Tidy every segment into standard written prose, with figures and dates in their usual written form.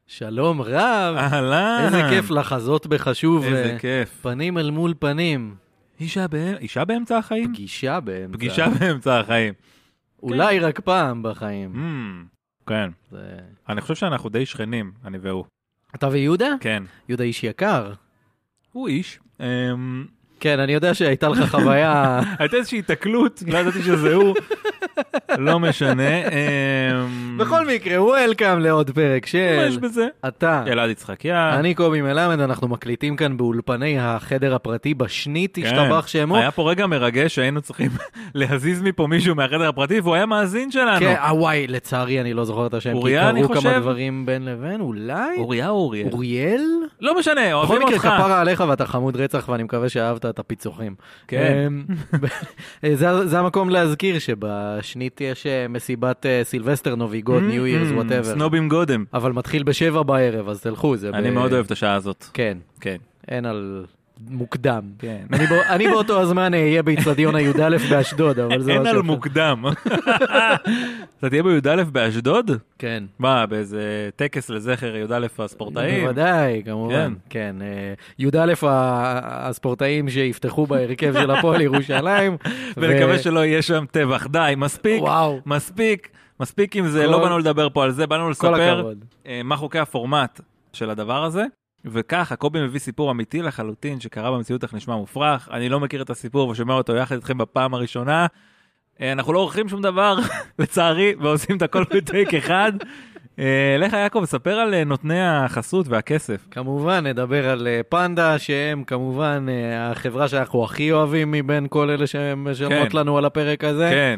שלום רב. אהלן. איזה כיף לחזות בך שוב. איזה כיף. פנים אל מול פנים. אישה באמצע החיים? פגישה באמצע החיים. אולי רק פעם בחיים. כן. אני חושב שאנחנו די שכנים, אני והוא. אתה ויהודה? כן. יהודה איש יקר. הוא איש. כן, אני יודע שהייתה לך חוויה... הייתה איזושהי התקלות, לא ידעתי שזה הוא. לא משנה. בכל מקרה, וולקאם לעוד פרק של... מה יש בזה? אתה. אלעד יצחקיה. אני קובי מלמד, אנחנו מקליטים כאן באולפני החדר הפרטי בשנית, השתבח שמו. היה פה רגע מרגש שהיינו צריכים להזיז מפה מישהו מהחדר הפרטי, והוא היה מאזין שלנו. כן, וואי, לצערי אני לא זוכר את השם, כי קראו כמה דברים בין לבין, אולי? אוריה או אוריאל? אוריאל? לא משנה, אוהבים אותך. בכל מקרה כפרה עליך ואתה חמוד רצח, ואני מקווה שאהבת את הפיצוחים. כן. זה המקום להזכיר שבשנית יש מסיבת סילבסטר, נוביגוד, ניו ירס, וואטאבר. סנובים גודם. אבל מתחיל ב7 בערב, אז תלכו. אני מאוד אוהב את השעה הזאת. כן. כן. אין על מוקדם. כן. אני באותו הזמן אהיה באצטדיון הי"א באשדוד, אבל זה אין על מוקדם. אתה תהיה בי"א באשדוד? כן. מה, באיזה טקס לזכר י"א הספורטאים? בוודאי, כמובן. כן. י"א הספורטאים שיפתחו בהרכב של הפועל ירושלים. ונקווה שלא יהיה שם טבח. די, מספיק. וואו. מספיק עם זה, לא באנו לדבר פה על זה, באנו לספר מה חוקי הפורמט של הדבר הזה. וככה, קובי מביא סיפור אמיתי לחלוטין שקרה במציאות, איך נשמע מופרך. אני לא מכיר את הסיפור ושומע אותו יחד איתכם בפעם הראשונה. אנחנו לא עורכים שום דבר, לצערי, ועושים את הכל בטייק אחד. לך יעקב, ספר על נותני החסות והכסף. כמובן, נדבר על פנדה, שהם כמובן החברה שאנחנו הכי אוהבים מבין כל אלה שמשלמות לנו על הפרק הזה. כן.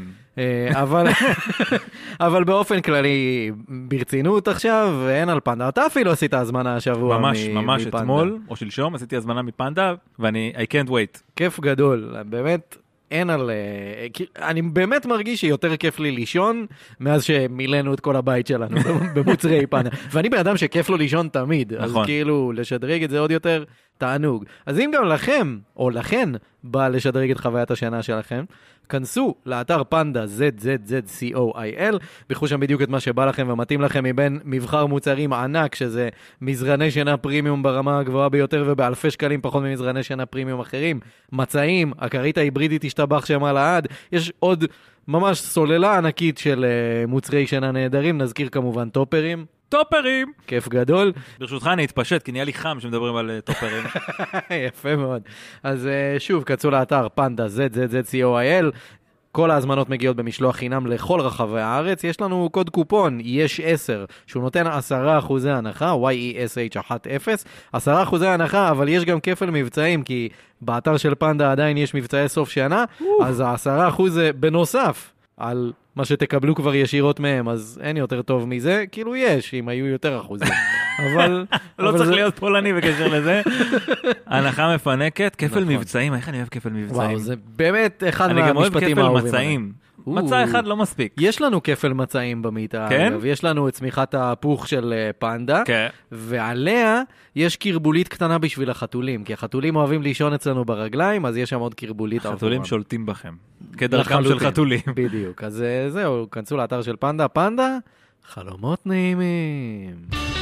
אבל באופן כללי, ברצינות עכשיו, אין על פנדה. אתה אפילו עשית הזמנה השבוע מפנדה. ממש אתמול, או שלשום, עשיתי הזמנה מפנדה, ואני, I can't wait. כיף גדול, באמת. אין על... אני באמת מרגיש שיותר כיף לי לישון מאז שמילאנו את כל הבית שלנו במוצרי פנדה. ואני בן אדם שכיף לו לישון תמיד. נכון. אז כאילו, לשדרג את זה עוד יותר תענוג. אז אם גם לכם, או לכן, בא לשדרג את חוויית השינה שלכם, כנסו לאתר פנדה ZZZCOIL, ביקחו שם בדיוק את מה שבא לכם ומתאים לכם מבין מבחר מוצרים ענק, שזה מזרני שינה פרימיום ברמה הגבוהה ביותר ובאלפי שקלים פחות ממזרני שינה פרימיום אחרים, מצעים, הכרית ההיברידית השתבח שם על העד, יש עוד ממש סוללה ענקית של מוצרי שינה נהדרים, נזכיר כמובן טופרים. טופרים! כיף גדול. ברשותך אני אתפשט, כי נהיה לי חם שמדברים על טופרים. יפה מאוד. אז שוב, כנסו לאתר פנדה ZZZCOIL, כל ההזמנות מגיעות במשלוח חינם לכל רחבי הארץ. יש לנו קוד קופון, יש 10, שהוא נותן 10% הנחה, YESH10, 10% הנחה, אבל יש גם כפל מבצעים, כי באתר של פנדה עדיין יש מבצעי סוף שנה, אז 10% זה בנוסף על מה שתקבלו כבר ישירות מהם, אז אין יותר טוב מזה, כאילו יש, אם היו יותר אחוזים. אבל... לא צריך להיות פולני בקשר לזה. הנחה מפנקת, כפל מבצעים, איך אני אוהב כפל מבצעים? וואו, זה באמת אחד מהמשפטים האהובים. אני גם אוהב כפל מצעים. מצע אחד לא מספיק. יש לנו כפל מצעים במיטה, כן? אגב. יש לנו את צמיחת ההפוך של פנדה, כן. ועליה יש קרבולית קטנה בשביל החתולים, כי החתולים אוהבים לישון אצלנו ברגליים, אז יש שם עוד קרבולית. החתולים שולטים בכם, כדרכם של חתולים. בדיוק, אז זהו, כנסו לאתר של פנדה. פנדה, חלומות נעימים.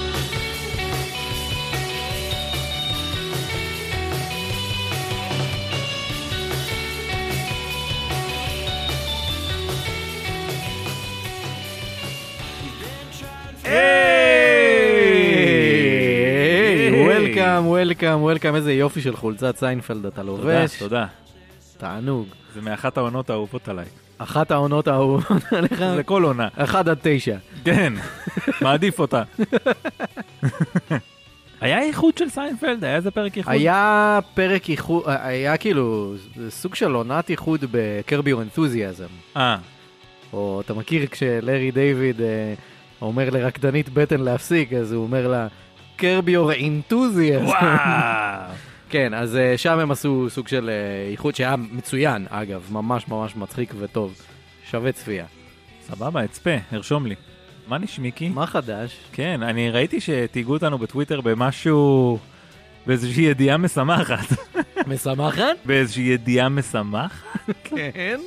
וולקאם, איזה יופי של חולצת סיינפלד אתה לובש. תודה. תענוג. זה מאחת העונות האהובות עליי. אחת העונות האהובות עליך? זה כל עונה. 1-9. כן, מעדיף אותה. היה איחוד של סיינפלד? היה איזה פרק איחוד? היה פרק איחוד, היה כאילו סוג של עונת איחוד בקרבי או אנתוזיאזם. או אתה מכיר כשלארי דיוויד אומר לרקדנית בטן להפסיק, אז הוא אומר לה, קרבי או אנתוזיאזם. וואו. כן, אז שם הם עשו סוג של איחוד שהיה מצוין, אגב, ממש ממש מצחיק וטוב. שווה צפייה. סבבה, אצפה, הרשום לי. מה נשמיקי? מה חדש? כן, אני ראיתי שתיגעו אותנו בטוויטר במשהו, באיזושהי ידיעה משמחת. משמחת? באיזושהי ידיעה משמחת? כן.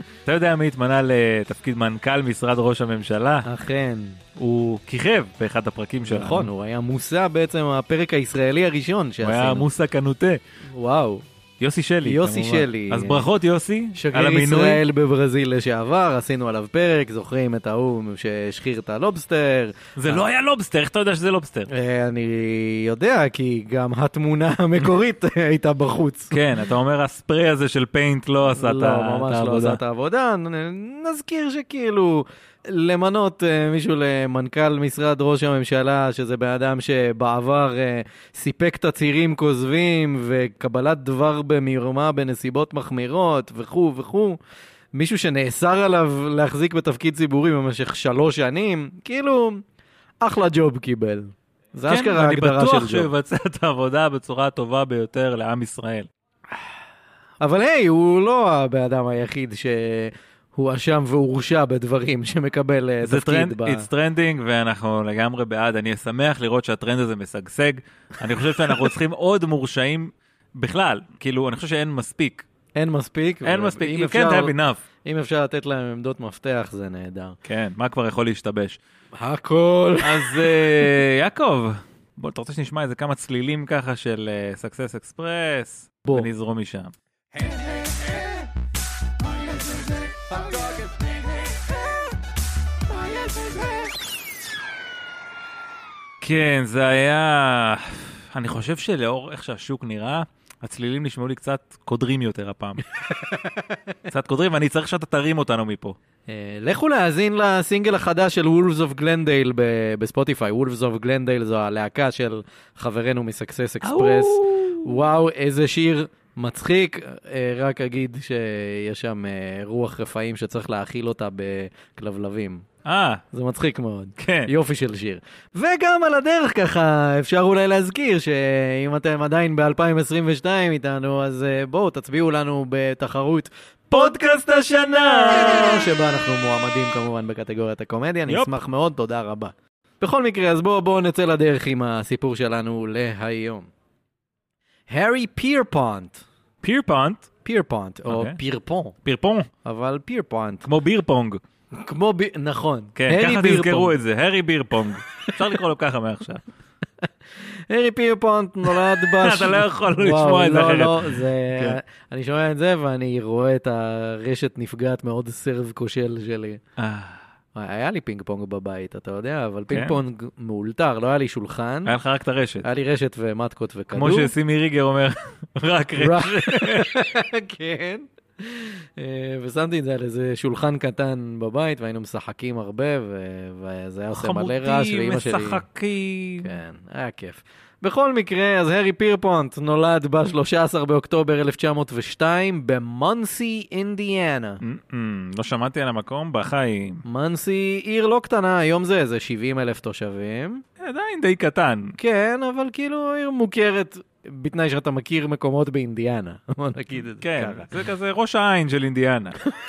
אתה יודע מי התמנה לתפקיד מנכ"ל משרד ראש הממשלה? אכן. הוא כיכב באחד הפרקים שלנו. נכון, הוא היה מוסה בעצם הפרק הישראלי הראשון שעשינו. הוא היה מוסה קנוטה. וואו. יוסי שלי. יוסי שלי. אז ברכות יוסי על המינוי. שגריר ישראל בברזיל לשעבר, עשינו עליו פרק, זוכרים את ההוא שהשחיר את הלובסטר. זה לא היה לובסטר, איך אתה יודע שזה לובסטר? אני יודע, כי גם התמונה המקורית הייתה בחוץ. כן, אתה אומר הספרי הזה של פיינט לא עשה את העבודה. לא, ממש לא עשה את העבודה. נזכיר שכאילו למנות מישהו למנכ"ל משרד ראש הממשלה, שזה באדם שבעבר סיפק תצהירים כוזבים וקבלת דבר במרמה בנסיבות מחמירות וכו' וכו'. מישהו שנאסר עליו להחזיק בתפקיד ציבורי במשך 3 שנים, כאילו אחלה ג'וב קיבל. זה אשכרה ההגדרה של ג'וב. אני בטוח שיבצע את העבודה בצורה הטובה ביותר לעם ישראל. אבל היי, הוא לא באדם היחיד הוא אשם והורשע בדברים שמקבל תפקיד בה. It's trending ואנחנו לגמרי בעד. אני אשמח לראות שהטרנד הזה משגשג. אני חושב שאנחנו צריכים עוד מורשעים בכלל. כאילו, אני חושב שאין מספיק. אין מספיק. אין מספיק. You can't have enough. אם אפשר לתת להם עמדות מפתח, זה נהדר. כן, מה כבר יכול להשתבש? הכל. אז יעקב, בוא, אתה רוצה שנשמע איזה כמה צלילים ככה של Success Express? בוא. ונזרום משם. כן, זה היה... אני חושב שלאור איך שהשוק נראה, הצלילים נשמעו לי קצת קודרים יותר הפעם. קצת קודרים, ואני צריך שאתה תרים אותנו מפה. לכו להאזין לסינגל החדש של Wolves of Glendale בספוטיפיי. Wolves of Glendale זו הלהקה של חברנו מ-Success Express. וואו, איזה שיר מצחיק. רק אגיד שיש שם רוח רפאים שצריך להאכיל אותה בכלבלבים. זה מצחיק מאוד. כן. יופי של שיר. וגם על הדרך ככה, אפשר אולי להזכיר שאם אתם עדיין ב-2022 איתנו, אז בואו תצביעו לנו בתחרות פודקאסט השנה, שבה אנחנו מועמדים כמובן בקטגוריית הקומדיה. נשמח מאוד, תודה רבה. בכל מקרה, אז בואו נצא לדרך עם הסיפור שלנו להיום. הארי פירפונט. פירפונט? פירפונט, או פירפון. פירפון. אבל פירפונט. כמו בירפונג. נכון. כן, ככה תזכרו את זה, הארי בירפונג. אפשר לקרוא לו ככה מעכשיו. הארי פירפונט נולד אתה לא יכול לשמוע את זה אחרת. לא, אני שומע את זה ואני רואה את הרשת נפגעת מאוד סרב כושל שלי. היה לי פינג פונג בבית, אתה יודע, אבל פינג פונג מאולתר, לא היה לי שולחן. היה לך רק את הרשת. היה לי רשת ומתקות וכדור. כמו שסימי ריגר אומר, רק רשת. כן. ושמתי את זה על איזה שולחן קטן בבית, והיינו משחקים הרבה, וזה היה עושה מלא רעש, ואמא שלי... חמודי, משחקים. כן, היה כיף. בכל מקרה, אז הארי פירפונט נולד ב-13 באוקטובר 1902 במונסי, אינדיאנה. לא שמעתי על המקום בחיים. מונסי עיר לא קטנה, היום זה איזה 70,000 תושבים. עדיין די קטן. כן, אבל כאילו עיר מוכרת בתנאי שאתה מכיר מקומות באינדיאנה. בוא נגיד את זה כן, ככה. זה כזה ראש העין של אינדיאנה.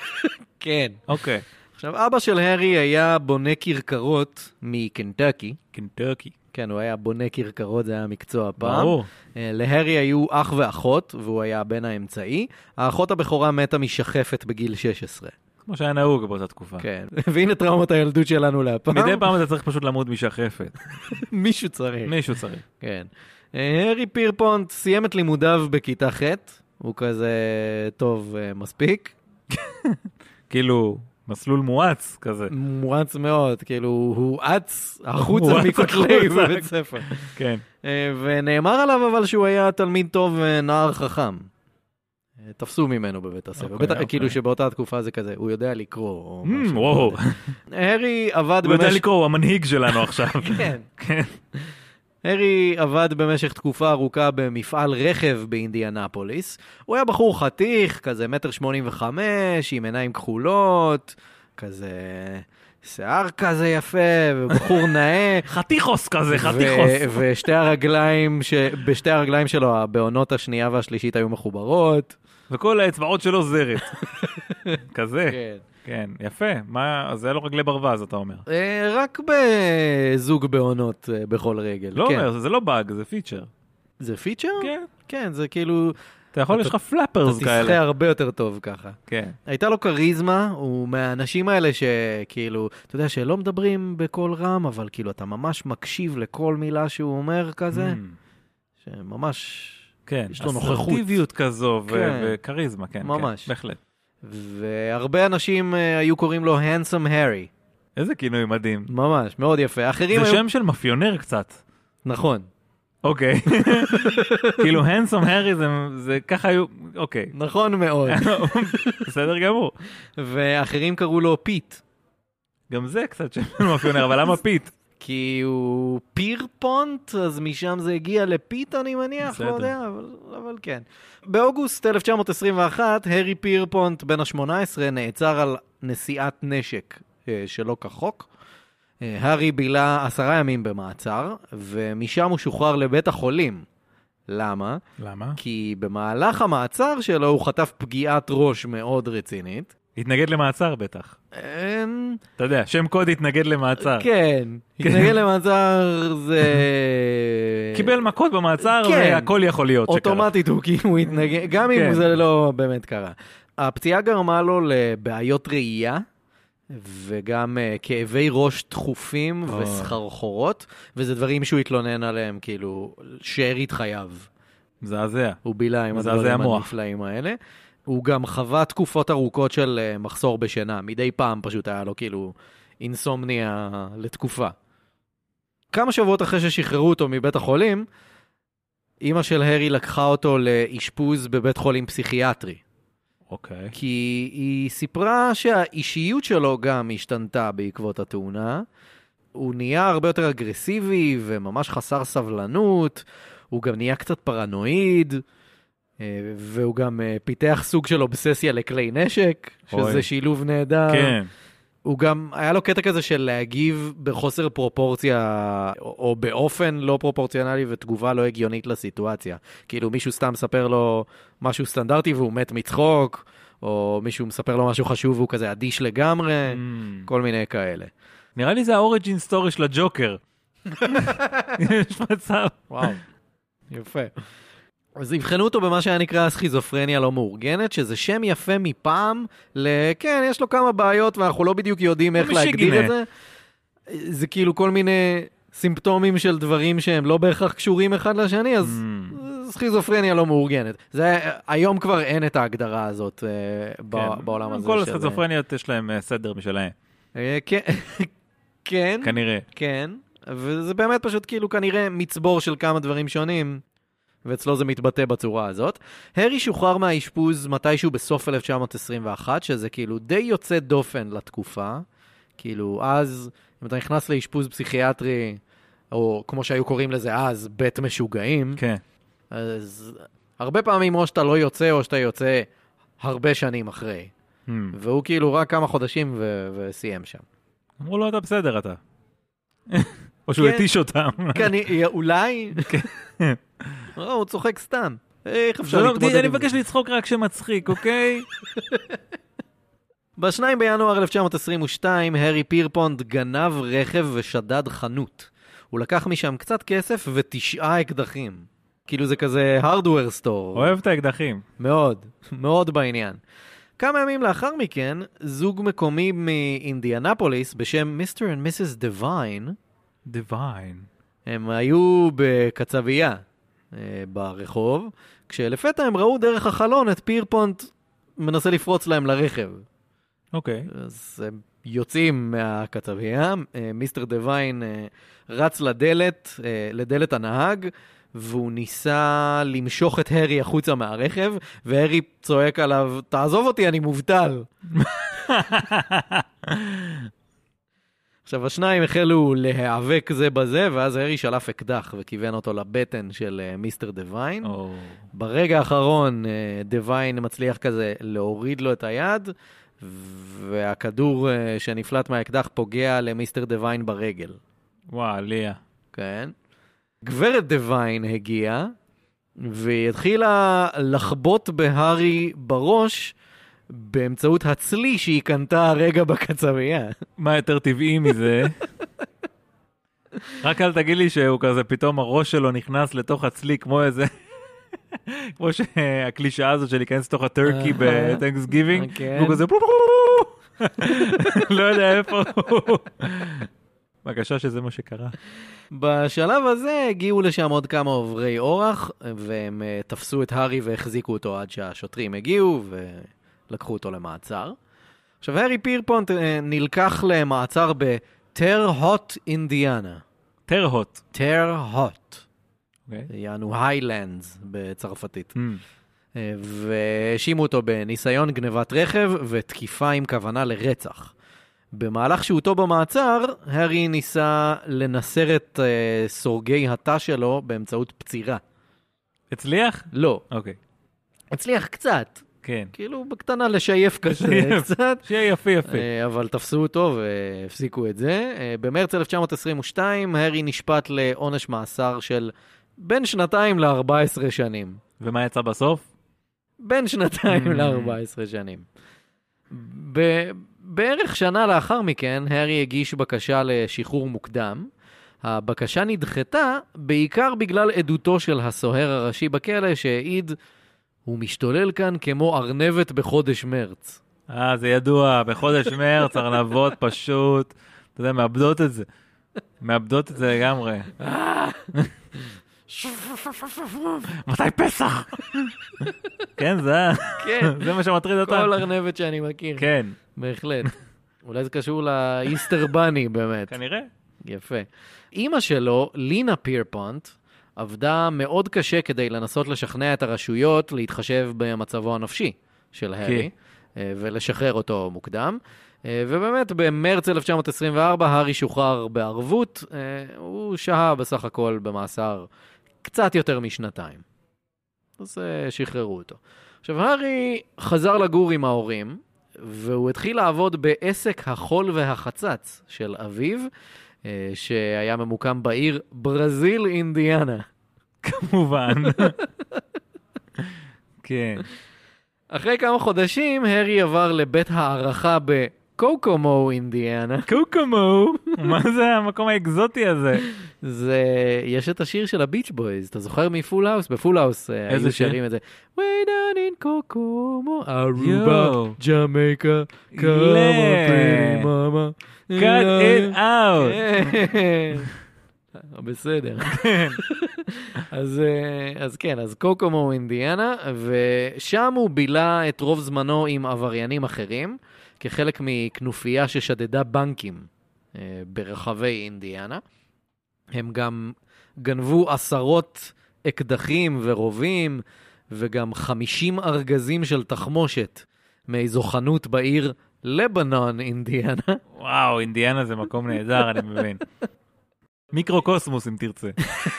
כן. אוקיי. עכשיו, אבא של הארי היה בונה כרכרות מקנטקי. קנטקי. כן, הוא היה בונה כרכרות, זה היה מקצוע פעם. ברור. להארי היו אח ואחות, והוא היה בן האמצעי. האחות הבכורה מתה משחפת בגיל 16. כמו שהיה נהוג באותה תקופה. כן, והנה טראומת הילדות שלנו להפעם. מדי פעם אתה צריך פשוט למות משחפת. מישהו צריך. מישהו צריך. כן. הארי פירפונט סיים את לימודיו בכיתה ח', הוא כזה טוב מספיק. כאילו... מסלול מואץ כזה. מואץ מאוד, כאילו הוא אץ החוצה מכותלי בבית ספר. כן. ונאמר עליו אבל שהוא היה תלמיד טוב ונער חכם. תפסו ממנו בבית הספר. כאילו שבאותה תקופה זה כזה, הוא יודע לקרוא. וואו. הארי עבד הוא יודע לקרוא, הוא המנהיג שלנו עכשיו. כן. כן. הארי עבד במשך תקופה ארוכה במפעל רכב באינדיאנפוליס. הוא היה בחור חתיך, כזה 1.85 מטר, עם עיניים כחולות, כזה שיער כזה יפה, ובחור נאה. חתיכוס כזה, חתיכוס. בשתי הרגליים שלו, בעונות השנייה והשלישית היו מחוברות. וכל האצבעות שלו זרת. כזה. כן. כן, יפה. מה, זה היה לו רגלי ברווז, אתה אומר. רק בזוג בעונות בכל רגל. לא אומר, זה לא באג, זה פיצ'ר. זה פיצ'ר? כן. כן, זה כאילו... אתה יכול, יש לך פלאפרס כאלה. אתה תשחה הרבה יותר טוב ככה. כן. הייתה לו קריזמה, הוא מהאנשים האלה שכאילו, אתה יודע, שלא מדברים בקול רם, אבל כאילו אתה ממש מקשיב לכל מילה שהוא אומר כזה, שממש כן, יש לו נוכחות. אסרטיביות כזו וקריזמה, כן, ממש. בהחלט. והרבה אנשים היו קוראים לו Handsome Harry. איזה כינוי מדהים. ממש, מאוד יפה. זה שם של מאפיונר קצת. נכון. אוקיי. כאילו, Handsome Harry זה ככה היו, אוקיי. נכון מאוד. בסדר גמור. ואחרים קראו לו פיט. גם זה קצת שם של מאפיונר, אבל למה פיט? כי הוא פירפונט, אז משם זה הגיע לפיט, אני מניח, לא יודע, אבל כן. באוגוסט 1921, הרי פירפונט, בן ה-18, נעצר על נשיאת נשק שלא כחוק. הרי בילה 10 ימים במעצר, ומשם הוא שוחרר לבית החולים. למה? למה? כי במהלך המעצר שלו הוא חטף פגיעת ראש מאוד רצינית. התנגד למעצר בטח. אתה יודע, שם קוד התנגד למעצר. כן, התנגד למעצר זה... קיבל מכות במעצר והכל יכול להיות שקרה. אוטומטית הוא כאילו התנגד, גם אם זה לא באמת קרה. הפציעה גרמה לו לבעיות ראייה, וגם כאבי ראש תכופים וסחרחורות, וזה דברים שהוא התלונן עליהם, כאילו, שארית חייו. מזעזע. הוא בילה עם הדברים הנפלאים האלה. הוא גם חווה תקופות ארוכות של מחסור בשינה. מדי פעם פשוט היה לו כאילו אינסומניה לתקופה. כמה שבועות אחרי ששחררו אותו מבית החולים, אמא של הרי לקחה אותו לאשפוז בבית חולים פסיכיאטרי. אוקיי. כי היא סיפרה שהאישיות שלו גם השתנתה בעקבות התאונה. הוא נהיה הרבה יותר אגרסיבי וממש חסר סבלנות. הוא גם נהיה קצת פרנואיד. והוא גם פיתח סוג של אובססיה לכלי נשק, שזה שילוב נהדר. כן. הוא גם, היה לו קטע כזה של להגיב בחוסר פרופורציה, או באופן לא פרופורציונלי ותגובה לא הגיונית לסיטואציה. כאילו מישהו סתם מספר לו משהו סטנדרטי והוא מת מצחוק, או מישהו מספר לו משהו חשוב והוא כזה אדיש לגמרי, כל מיני כאלה. נראה לי זה האוריג'ין סטורי של הג'וקר. יש מצב. וואו, יפה. אז הבחנו אותו במה שהיה נקרא סכיזופרניה לא מאורגנת, שזה שם יפה מפעם, כן, יש לו כמה בעיות ואנחנו לא בדיוק יודעים איך להגדיר את זה. זה כאילו כל מיני סימפטומים של דברים שהם לא בהכרח קשורים אחד לשני, אז סכיזופרניה לא מאורגנת. היום כבר אין את ההגדרה הזאת בעולם הזה. כל הסכיזופרניות יש להם סדר משלהם. כן. כנראה. כן, וזה באמת פשוט כאילו כנראה מצבור של כמה דברים שונים, ואצלו זה מתבטא בצורה הזאת. הרי שוחרר מהאשפוז מתישהו בסוף 1921, שזה כאילו די יוצא דופן לתקופה. כאילו אז, אם אתה נכנס לאשפוז פסיכיאטרי, או כמו שהיו קוראים לזה אז, בית משוגעים, כן. אז הרבה פעמים או שאתה לא יוצא, או שאתה יוצא הרבה שנים אחרי. והוא כאילו רק כמה חודשים וסיים שם. אמרו לו, אתה בסדר אתה. או שהוא יתיש אותם. אולי... הוא צוחק סתם. איך אפשר להתמודד עם זה? אני מבקש לצחוק רק שמצחיק, אוקיי? ב-2 בינואר 1922, הרי פירפונט גנב רכב ושדד חנות. הוא לקח משם קצת כסף ו9 אקדחים. כאילו זה כזה hardware store. אוהב את האקדחים. מאוד, מאוד בעניין. כמה ימים לאחר מכן, זוג מקומי מאינדיאנפוליס בשם מיסטר ומיסיס דיוויין, הם היו בקצבייה ברחוב, כשלפתע הם ראו דרך החלון את פירפונט מנסה לפרוץ להם לרכב. אוקיי. אז הם יוצאים מהקצבייה, מיסטר דיוויין רץ לדלת הנהג, והוא ניסה למשוך את הרי החוצה מהרכב, והרי צועק עליו, תעזוב אותי, אני מובטל. עכשיו, השניים החלו להיאבק זה בזה, ואז הרי שלף אקדח וכיוון אותו לבטן של מיסטר דיוויין. ברגע האחרון, דיוויין מצליח כזה להוריד לו את היד, והכדור שנפלט מהאקדח פוגע למיסטר דיוויין ברגל. וואו, ליה. כן. גברת דיוויין הגיעה, והיא התחילה לחבוט בהרי בראש, באמצעות הצלי שהיא קנתה הרגע בקצבייה. מה יותר טבעי מזה? רק אל תגיד לי שהוא כזה, פתאום הראש שלו נכנס לתוך הצלי כמו איזה כמו שהקלישה הזאת של להיכנס לתוך הטרקי בטנקסגיבינג, והוא כזה לא יודע איפה הוא. בבקשה שזה מה שקרה. בשלב הזה הגיעו לשם עוד כמה עוברי אורח, והם תפסו את הארי והחזיקו אותו עד שהשוטרים הגיעו ולקחו אותו למעצר. עכשיו, הארי פירפונט נלקח למעצר בטר הוט, אינדיאנה. טר הוט. טר הוט. יענו היילנדס בצרפתית. והאשימו אותו בניסיון גנבת רכב ותקיפה עם כוונה לרצח. במהלך שהותו במעצר, הארי ניסה לנסר את סורגי התא שלו באמצעות פצירה. הצליח? לא. אוקיי. הצליח קצת. כן. כאילו בקטנה לשייף קשה קצת. שיהיה יפי יפי. אבל תפסו אותו והפסיקו את זה. במרץ 1922, הארי נשפט לעונש מאסר של בין 2 ל-14 שנים. ומה יצא בסוף? בין 2 ל-14 שנים. בערך שנה לאחר מכן, הארי הגיש בקשה לשחרור מוקדם. הבקשה נדחתה בעיקר בגלל עדותו של הסוהר הראשי בכלא שהעיד, הוא משתולל כאן כמו ארנבת בחודש מרץ. זה ידוע, בחודש מרץ ארנבות פשוט, אתה יודע, מאבדות את זה. מאבדות את זה לגמרי. מתי פסח? כן, זה מה שמטריד אותם. כל ארנבת שאני מכיר. כן. בהחלט. אולי זה קשור לאיסטר בני באמת. כנראה. יפה. אמא שלו, לינה פירפונט, עבדה מאוד קשה כדי לנסות לשכנע את הרשויות להתחשב במצבו הנפשי של הארי, ולשחרר אותו מוקדם. ובאמת, במרץ 1924, הארי שוחרר בערבות. הוא שהה בסך הכל במאסר קצת יותר משנתיים. אז שחררו אותו. עכשיו, הארי חזר לגור עם ההורים, והוא התחיל לעבוד בעסק החול והחצץ של אביו, שהיה ממוקם בעיר ברזיל, אינדיאנה. כמובן. כן. אחרי כמה חודשים, הארי עבר לבית הערכה בקוקומו, אינדיאנה. קוקומו? מה זה המקום האקזוטי הזה? יש את השיר של הביץ' בויז, אתה זוכר מפול האוס? בפול האוס היו שרים את זה. Way down in קוקומו, ארובה, ג'מייקה, כמה פריטי מאמה. cut it out. בסדר. אז כן, אז קוקומו אינדיאנה, ושם הוא בילה את רוב זמנו עם עבריינים אחרים, כחלק מכנופיה ששדדה בנקים ברחבי אינדיאנה. הם גם גנבו 10 אקדחים ורובים, וגם 50 ארגזים של תחמושת מאיזו חנות בעיר לבנון, אינדיאנה. וואו, אינדיאנה זה מקום נהדר, אני מבין. מיקרוקוסמוס, אם תרצה.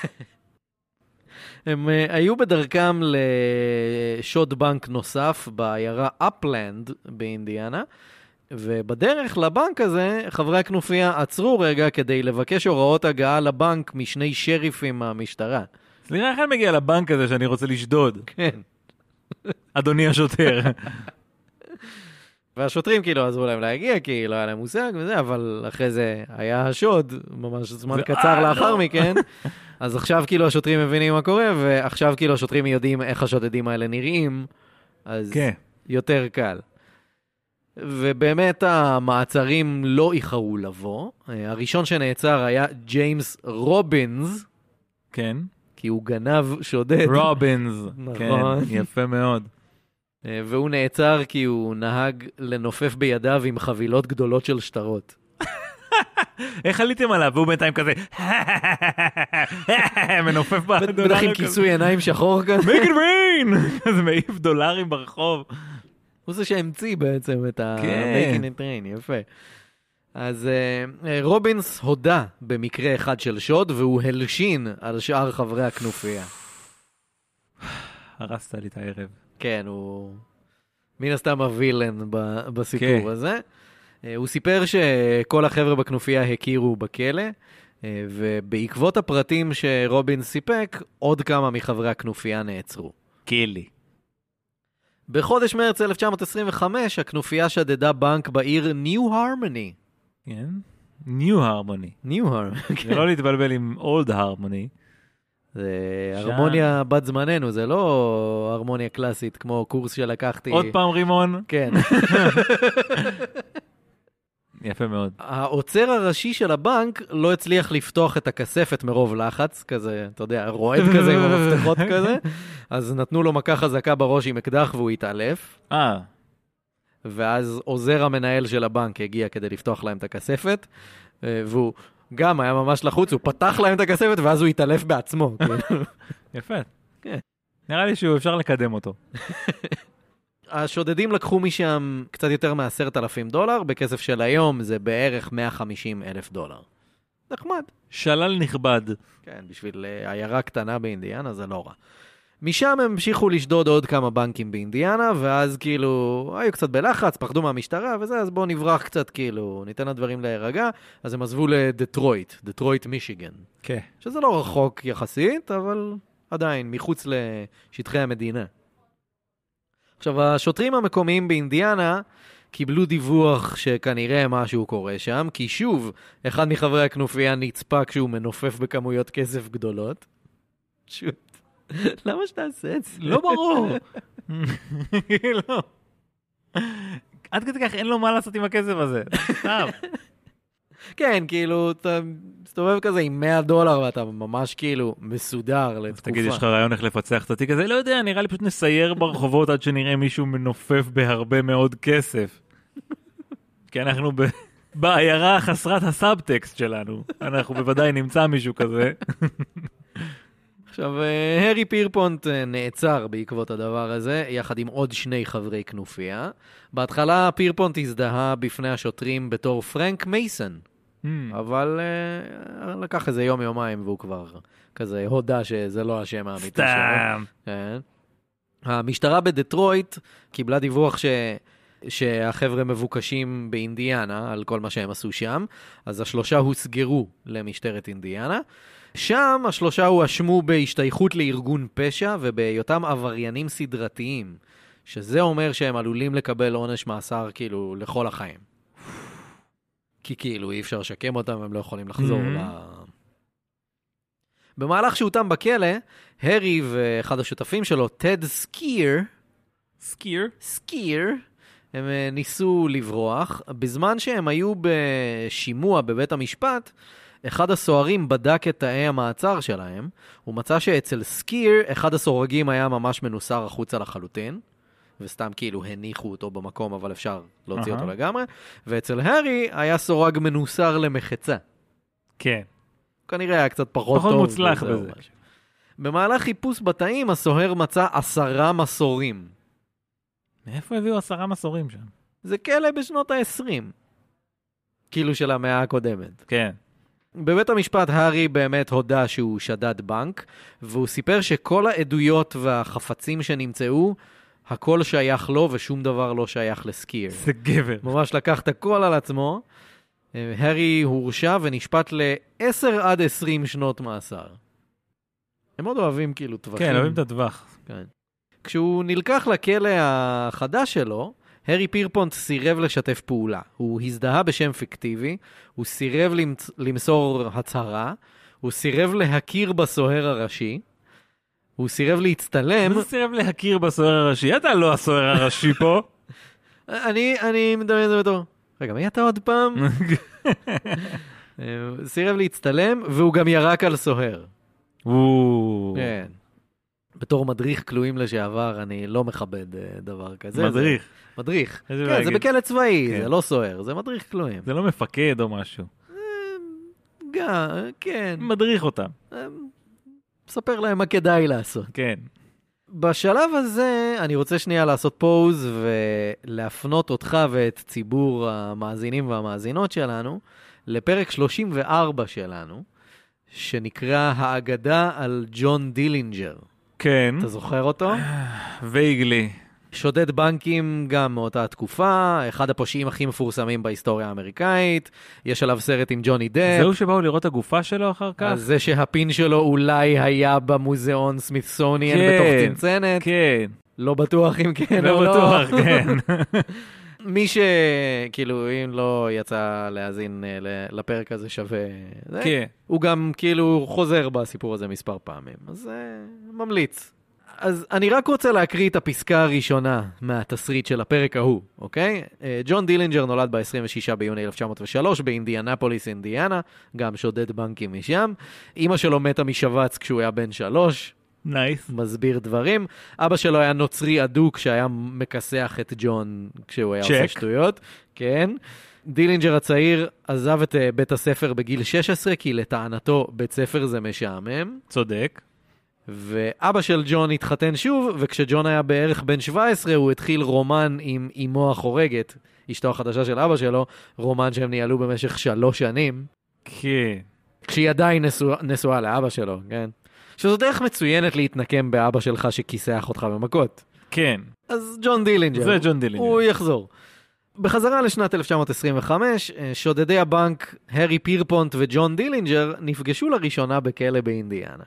הם היו בדרכם לשוד בנק נוסף בעיירה אפלנד באינדיאנה, ובדרך לבנק הזה, חברי הכנופיה עצרו רגע כדי לבקש הוראות הגעה לבנק משני שריפים מהמשטרה. סליחה, איך אני מגיע לבנק הזה שאני רוצה לשדוד? כן. אדוני השוטר. והשוטרים כאילו עזרו להם להגיע, כי לא היה להם מושג וזה, אבל אחרי זה היה שוד, ממש זמן קצר לאחר מכן, אז עכשיו כאילו השוטרים מבינים מה קורה, ועכשיו כאילו השוטרים יודעים איך השודדים האלה נראים, אז יותר קל. ובאמת המעצרים לא איחרו לבוא. הראשון שנעצר היה ג'יימס רובינס. כן. כי הוא גנב שודד. רובינס. נכון. כן, יפה מאוד. והוא נעצר כי הוא נהג לנופף בידיו עם חבילות גדולות של שטרות. איך עליתם עליו? והוא בינתיים כזה, מנופף בדולרים. בטח עם כיסוי עיניים שחור כזה. make it rain! אז מעיף דולרים ברחוב. הוא זה שהמציא בעצם את ה-making it rain, יפה. אז רובינס הודה במקרה אחד של שוד, והוא הלשין על שאר חברי הכנופיה. הרסת לי את הערב. כן, הוא מן הסתם הווילן בסיפור הזה. הוא סיפר שכל החבר'ה בכנופיה הכירו בכלא, ובעקבות הפרטים שרובינס סיפק, עוד כמה מחברי הכנופיה נעצרו. קילי. בחודש מרץ 1925, הכנופיה שדדה בנק בעיר ניו הרמוני. כן? ניו הרמוני. ניו הרמוני. זה לא להתבלבל עם אולד הרמוני. זה הרמוניה בת זמננו, זה לא הרמוניה קלאסית, כמו קורס שלקחתי. עוד פעם רימון? כן. יפה מאוד. העוצר הראשי של הבנק לא הצליח לפתוח את הכספת מרוב לחץ, כזה, אתה יודע, רועד כזה עם המפתחות כזה, אז נתנו לו מכה חזקה בראש עם אקדח והוא התעלף. ואז עוזר המנהל של הבנק הגיע כדי לפתוח להם את הכספת, והוא גם היה ממש לחוץ, הוא פתח להם את הכספת ואז הוא התעלף בעצמו. יפה. נראה לי שהוא אפשר לקדם אותו. השודדים לקחו משם קצת יותר $10,000, בכסף של היום זה בערך $150,000. נחמד. שלל נכבד. כן, בשביל עיירה קטנה באינדיאנה זה לא רע. משם הם המשיכו לשדוד עוד כמה בנקים באינדיאנה, ואז כאילו היו קצת בלחץ, פחדו מהמשטרה וזה, אז בואו נברח קצת כאילו, ניתן לדברים להירגע, אז הם עזבו לדטרויט, מישיגן. כן. שזה לא רחוק יחסית, אבל עדיין מחוץ לשטחי המדינה. עכשיו, השוטרים המקומיים באינדיאנה קיבלו דיווח שכנראה משהו קורה שם, כי שוב, אחד מחברי הכנופיה נצפה כשהוא מנופף בכמויות כסף גדולות. למה שתעשה את זה? לא ברור. לא. עד כדי כך אין לו מה לעשות עם הכסף הזה. סתם. כן, כאילו, אתה מסתובב כזה עם $100 ואתה ממש כאילו מסודר לתקופה. תגיד, יש לך רעיון איך לפצח את התיק הזה? לא יודע, נראה לי פשוט נסייר ברחובות עד שנראה מישהו מנופף בהרבה מאוד כסף. כי אנחנו בעיירה חסרת הסאבטקסט שלנו. אנחנו בוודאי נמצא מישהו כזה. עכשיו, הרי פירפונט נעצר בעקבות הדבר הזה, יחד עם עוד 2 חברי כנופיה. בהתחלה פירפונט הזדהה בפני השוטרים בתור פרנק מייסון, אבל לקח איזה יום-יומיים והוא כבר כזה הודע שזה לא השם האמיתי שלו. סתם. כן. המשטרה בדטרויט קיבלה דיווח שהחבר'ה מבוקשים באינדיאנה על כל מה שהם עשו שם, אז 3 הוסגרו למשטרת אינדיאנה. שם 3 הואשמו בהשתייכות לארגון פשע ובהיותם עבריינים סדרתיים, שזה אומר שהם עלולים לקבל עונש מאסר כאילו לכל החיים. כי כאילו אי אפשר לשקם אותם, הם לא יכולים לחזור במהלך שהותם בכלא, הרי ואחד השותפים שלו, טד סקיר, הם ניסו לברוח. בזמן שהם היו בשימוע בבית המשפט, אחד הסוהרים בדק את תאי המעצר שלהם, הוא מצא שאצל סקיר, אחד הסורגים היה ממש מנוסר החוצה לחלוטין, וסתם כאילו הניחו אותו במקום, אבל אפשר להוציא אותו לגמרי, ואצל הרי היה סורג מנוסר למחצה. כן. כנראה היה קצת פחות טוב. פחות מוצלח בזה. במהלך חיפוש בתאים, הסוהר מצא 10 מסורים. מאיפה הביאו 10 מסורים שם? זה כאלה בשנות ה-20. כאילו של המאה הקודמת. כן. בבית המשפט הרי באמת הודע שהוא שדד בנק, והוא סיפר שכל העדויות והחפצים שנמצאו, הכל שייך לו ושום דבר לא שייך לסקיר. זה גבר. ממש לקח את הכל על עצמו. הרי הורשע ונשפט ל10 עד 20 שנות מאסר. הם עוד אוהבים כאילו טווחים. כן, אוהבים את הטווח. כן. כשהוא נלקח לכלא החדש שלו, הרי פירפונט סירב לשתף פעולה. הוא הזדהה בשם פיקטיבי, הוא סירב למסור הצהרה, הוא סירב להכיר בסוהר הראשי, הוא סירב להצטלם. מה זה סירב להכיר בסוהר הראשי? אתה לא הסוהר הראשי פה. אני מדמיין את זה בתור. רגע, מי אתה עוד פעם? סירב להצטלם, והוא גם ירק על סוהר. כן. בתור מדריך כלואים לשעבר, אני לא מכבד דבר כזה. מדריך. כן, זה בכלא צבאי, זה לא סוהר, זה מדריך כלואים. זה לא מפקד או משהו. כן. מדריך אותם. מספר להם מה כדאי לעשות. כן. בשלב הזה אני רוצה שנייה לעשות פוז ולהפנות אותך ואת ציבור המאזינים והמאזינות שלנו לפרק 34 שלנו, שנקרא האגדה על ג'ון דילינג'ר. כן. אתה זוכר אותו? וייגלי. שודד בנקים גם מאותה תקופה, אחד הפושעים הכי מפורסמים בהיסטוריה האמריקאית, יש עליו סרט עם ג'וני דפ. זהו שבאו לראות הגופה שלו אחר כך? אז זה שהפין שלו אולי היה במוזיאון סמית'סוניאן בתוך צנצנת. כן. לא בטוח אם כן או לא. לא בטוח, כן. מי שכאילו, אם לא יצא להאזין לפרק הזה שווה, כן. הוא גם כאילו חוזר בסיפור הזה מספר פעמים, אז ממליץ. אז אני רק רוצה להקריא את הפסקה הראשונה מהתסריט של הפרק ההוא, אוקיי? ג'ון דילינג'ר נולד ב-26 ביוני 1903 באינדיאנפוליס, אינדיאנה, גם שודד בנקים משם. אמא שלו מתה משבץ כשהוא היה בן 3. נייס. מסביר דברים. אבא שלו היה נוצרי אדוק שהיה מכסח את ג'ון כשהוא היה עושה שטויות. כן. דילינג'ר הצעיר עזב את בית הספר בגיל 16, כי לטענתו בית ספר זה משעמם. צודק. ואבא של ג'ון התחתן שוב, וכשג'ון היה בערך בן 17, הוא התחיל רומן עם אמו החורגת, אשתו החדשה של אבא שלו, רומן שהם ניהלו במשך 3 שנים. כן. כשהיא עדיין נשואה לאבא שלו, כן? שזו דרך מצוינת להתנקם באבא שלך שכיסח אותך במכות. כן. אז ג'ון דילינג'ר. זה ג'ון דילינג'ר. הוא יחזור. בחזרה לשנת 1925, שודדי הבנק הרי פירפונט וג'ון דילינג'ר נפגשו לראשונה בכלא באינדיאנה.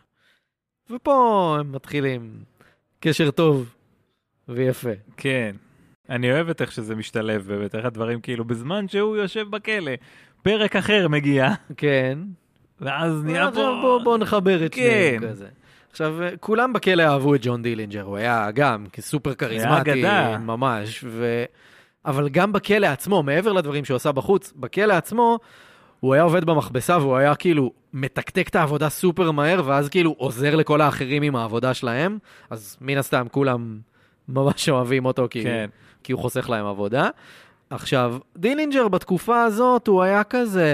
ופה הם מתחילים קשר טוב ויפה. כן. אני אוהב את איך שזה משתלב באמת, איך הדברים כאילו בזמן שהוא יושב בכלא. פרק אחר מגיע. כן. ואז נהיה פה... בוא נחבר את שניהם כזה. עכשיו, כולם בכלא אהבו את ג'ון דילינג'ר, הוא היה גם סופר קריזמטי, ממש. אבל גם בכלא עצמו, מעבר לדברים שהוא עשה בחוץ, בכלא עצמו, הוא היה עובד במכבסה, והוא היה כאילו מתקתק את העבודה סופר מהר, ואז כאילו עוזר לכל האחרים עם העבודה שלהם, אז מן הסתם כולם ממש אוהבים אותו, כי הוא חוסך להם עבודה. עכשיו, דילינג'ר בתקופה הזאת, הוא היה כזה...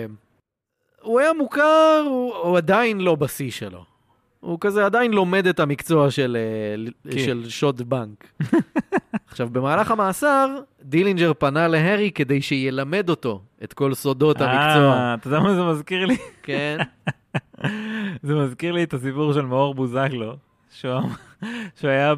הוא היה מוכר, הוא עדיין לא בשיא שלו. הוא כזה עדיין לומד את המקצוע של שוד בנק. עכשיו, במהלך המאסר, דילינג'ר פנה להרי כדי שילמד אותו את כל סודות המקצוע. אתה יודע מה זה מזכיר לי? כן. זה מזכיר לי את הסיפור של מאור בוזגלו, שהוא היה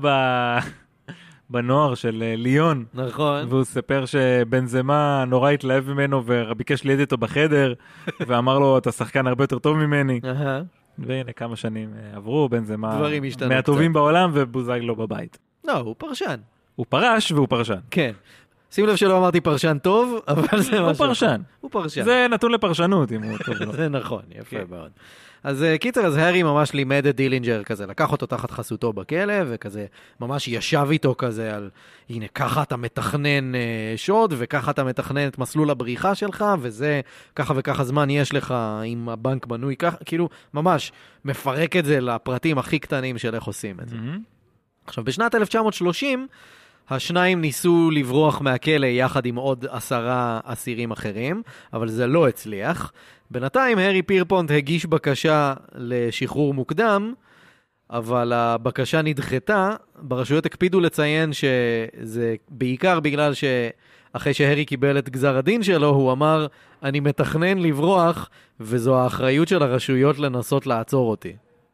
בנוער של ליון. נכון. והוא ספר שבנזמה נורא התלהב ממנו וביקש ליד אותו בחדר, ואמר לו, אתה שחקן הרבה יותר טוב ממני. והנה כמה שנים עברו, בנזמה מהטובים בעולם ובוזגלו בבית. לא, הוא פרשן. הוא פרש והוא פרשן. כן. שים לב שלא אמרתי פרשן טוב, אבל זה משהו. הוא פרשן. הוא פרשן. זה נתון לפרשנות, אם הוא טוב לו. זה נכון, יפה מאוד. אז קיצר, אז הרי ממש לימד את דילינג'ר כזה, לקח אותו תחת חסותו בכלא, וכזה ממש ישב איתו כזה על, הנה, ככה אתה מתכנן שוד, וככה אתה מתכנן את מסלול הבריחה שלך, וזה, ככה וככה זמן יש לך, אם הבנק בנוי ככה, כאילו, ממש מפרק את זה לפרטים הכי קטנים של איך עושים את זה. עכשיו, בשנת 1930, השניים ניסו לברוח מהכלא יחד עם עוד 10 אסירים אחרים, אבל זה לא הצליח. בינתיים הרי פירפונט הגיש בקשה לשחרור מוקדם, אבל הבקשה נדחתה. ברשויות הקפידו לציין שזה בעיקר בגלל שאחרי שהרי קיבל את גזר הדין שלו, הוא אמר, אני מתכנן לברוח, וזו האחריות של הרשויות לנסות לעצור אותי.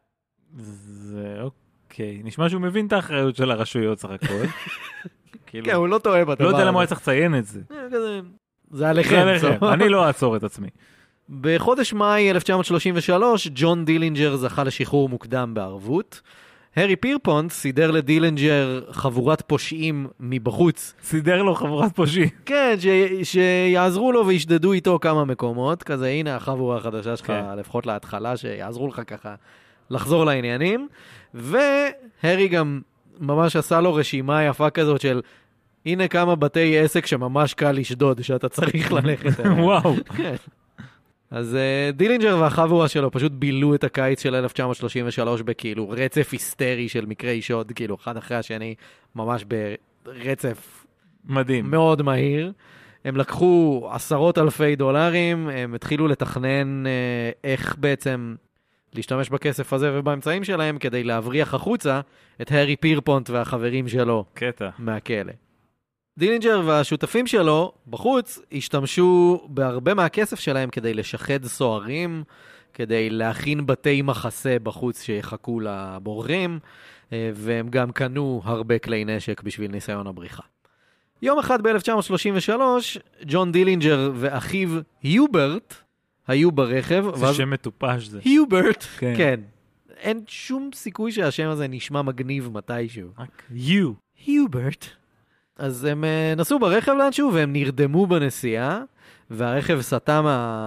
זה אוקיי. נשמע שהוא מבין את האחריות של הרשויות סך הכל. כן, הוא לא טועה בדבר. לא יודע למה הוא צריך לציין את זה. זה עליכם. אני לא אעצור את עצמי. בחודש מאי 1933, ג'ון דילינג'ר זכה לשחרור מוקדם בערבות. הרי פירפונט סידר לדילינג'ר חבורת פושעים מבחוץ. סידר לו חבורת פושעים. כן, שיעזרו לו וישדדו איתו כמה מקומות. כזה, הנה החבורה החדשה שלך, לפחות להתחלה, שיעזרו לך ככה לחזור לעניינים. והרי גם ממש עשה לו רשימה יפה כזאת של, הנה כמה בתי עסק שממש קל לשדוד, שאתה צריך ללכת. וואו. כן. אז דילינג'ר והחבורה שלו פשוט בילו את הקיץ של 1933 בכאילו רצף היסטרי של מקרי שוד, כאילו אחד אחרי השני, ממש ברצף מדהים. מאוד מהיר. הם לקחו $10,000, הם התחילו לתכנן איך בעצם להשתמש בכסף הזה ובאמצעים שלהם כדי להבריח החוצה את הרי פירפונט והחברים שלו מהכלא. דילינג'ר והשותפים שלו בחוץ השתמשו בהרבה מהכסף שלהם כדי לשחד סוהרים, כדי להכין בתי מחסה בחוץ שיחכו לבוררים, והם גם קנו הרבה כלי נשק בשביל ניסיון הבריחה. יום אחד ב-1933, ג'ון דילינג'ר ואחיו היוברט היו ברכב. זה שם מטופש זה. היוברט, כן. אין שום סיכוי שהשם הזה נשמע מגניב מתישהו. רק היוברט. אז הם נסעו ברכב לאנשהו, והם נרדמו בנסיעה, והרכב סטה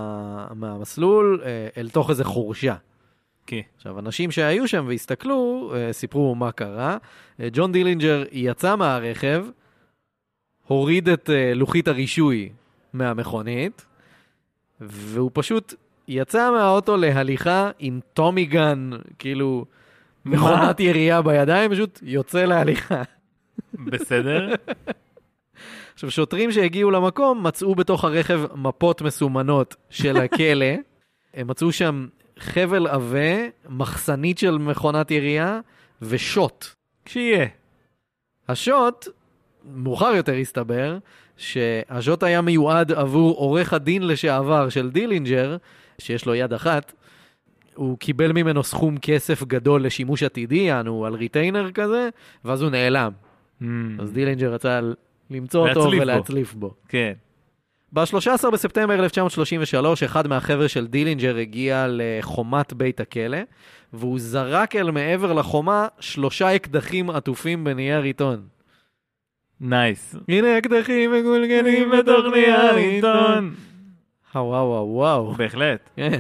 מהמסלול אל תוך איזה חורשה. כן. עכשיו, אנשים שהיו שם והסתכלו, סיפרו מה קרה. ג'ון דילינג'ר יצא מהרכב, הוריד את לוחית הרישוי מהמכונית, והוא פשוט יצא מהאוטו להליכה עם טומי גן, כאילו מכונת ירייה בידיים, פשוט יוצא להליכה. בסדר. עכשיו, שוטרים שהגיעו למקום מצאו בתוך הרכב מפות מסומנות של הכלא. הם מצאו שם חבל עבה, מחסנית של מכונת ירייה ושוט. כשיהיה. השוט, מאוחר יותר הסתבר, שהשוט היה מיועד עבור עורך הדין לשעבר של דילינג'ר, שיש לו יד אחת. הוא קיבל ממנו סכום כסף גדול לשימוש עתידי, יענו על ריטיינר כזה, ואז הוא נעלם. אז דילינג'ר רצה למצוא אותו ולהצליף בו. כן. ב-13 בספטמבר 1933, אחד מהחבר'ה של דילינג'ר הגיע לחומת בית הכלא, והוא זרק אל מעבר לחומה 3 אקדחים עטופים בנייר עיתון. נייס. הנה אקדחים מגולגלים בתוך נייר עיתון. וואו וואו וואו. בהחלט. כן.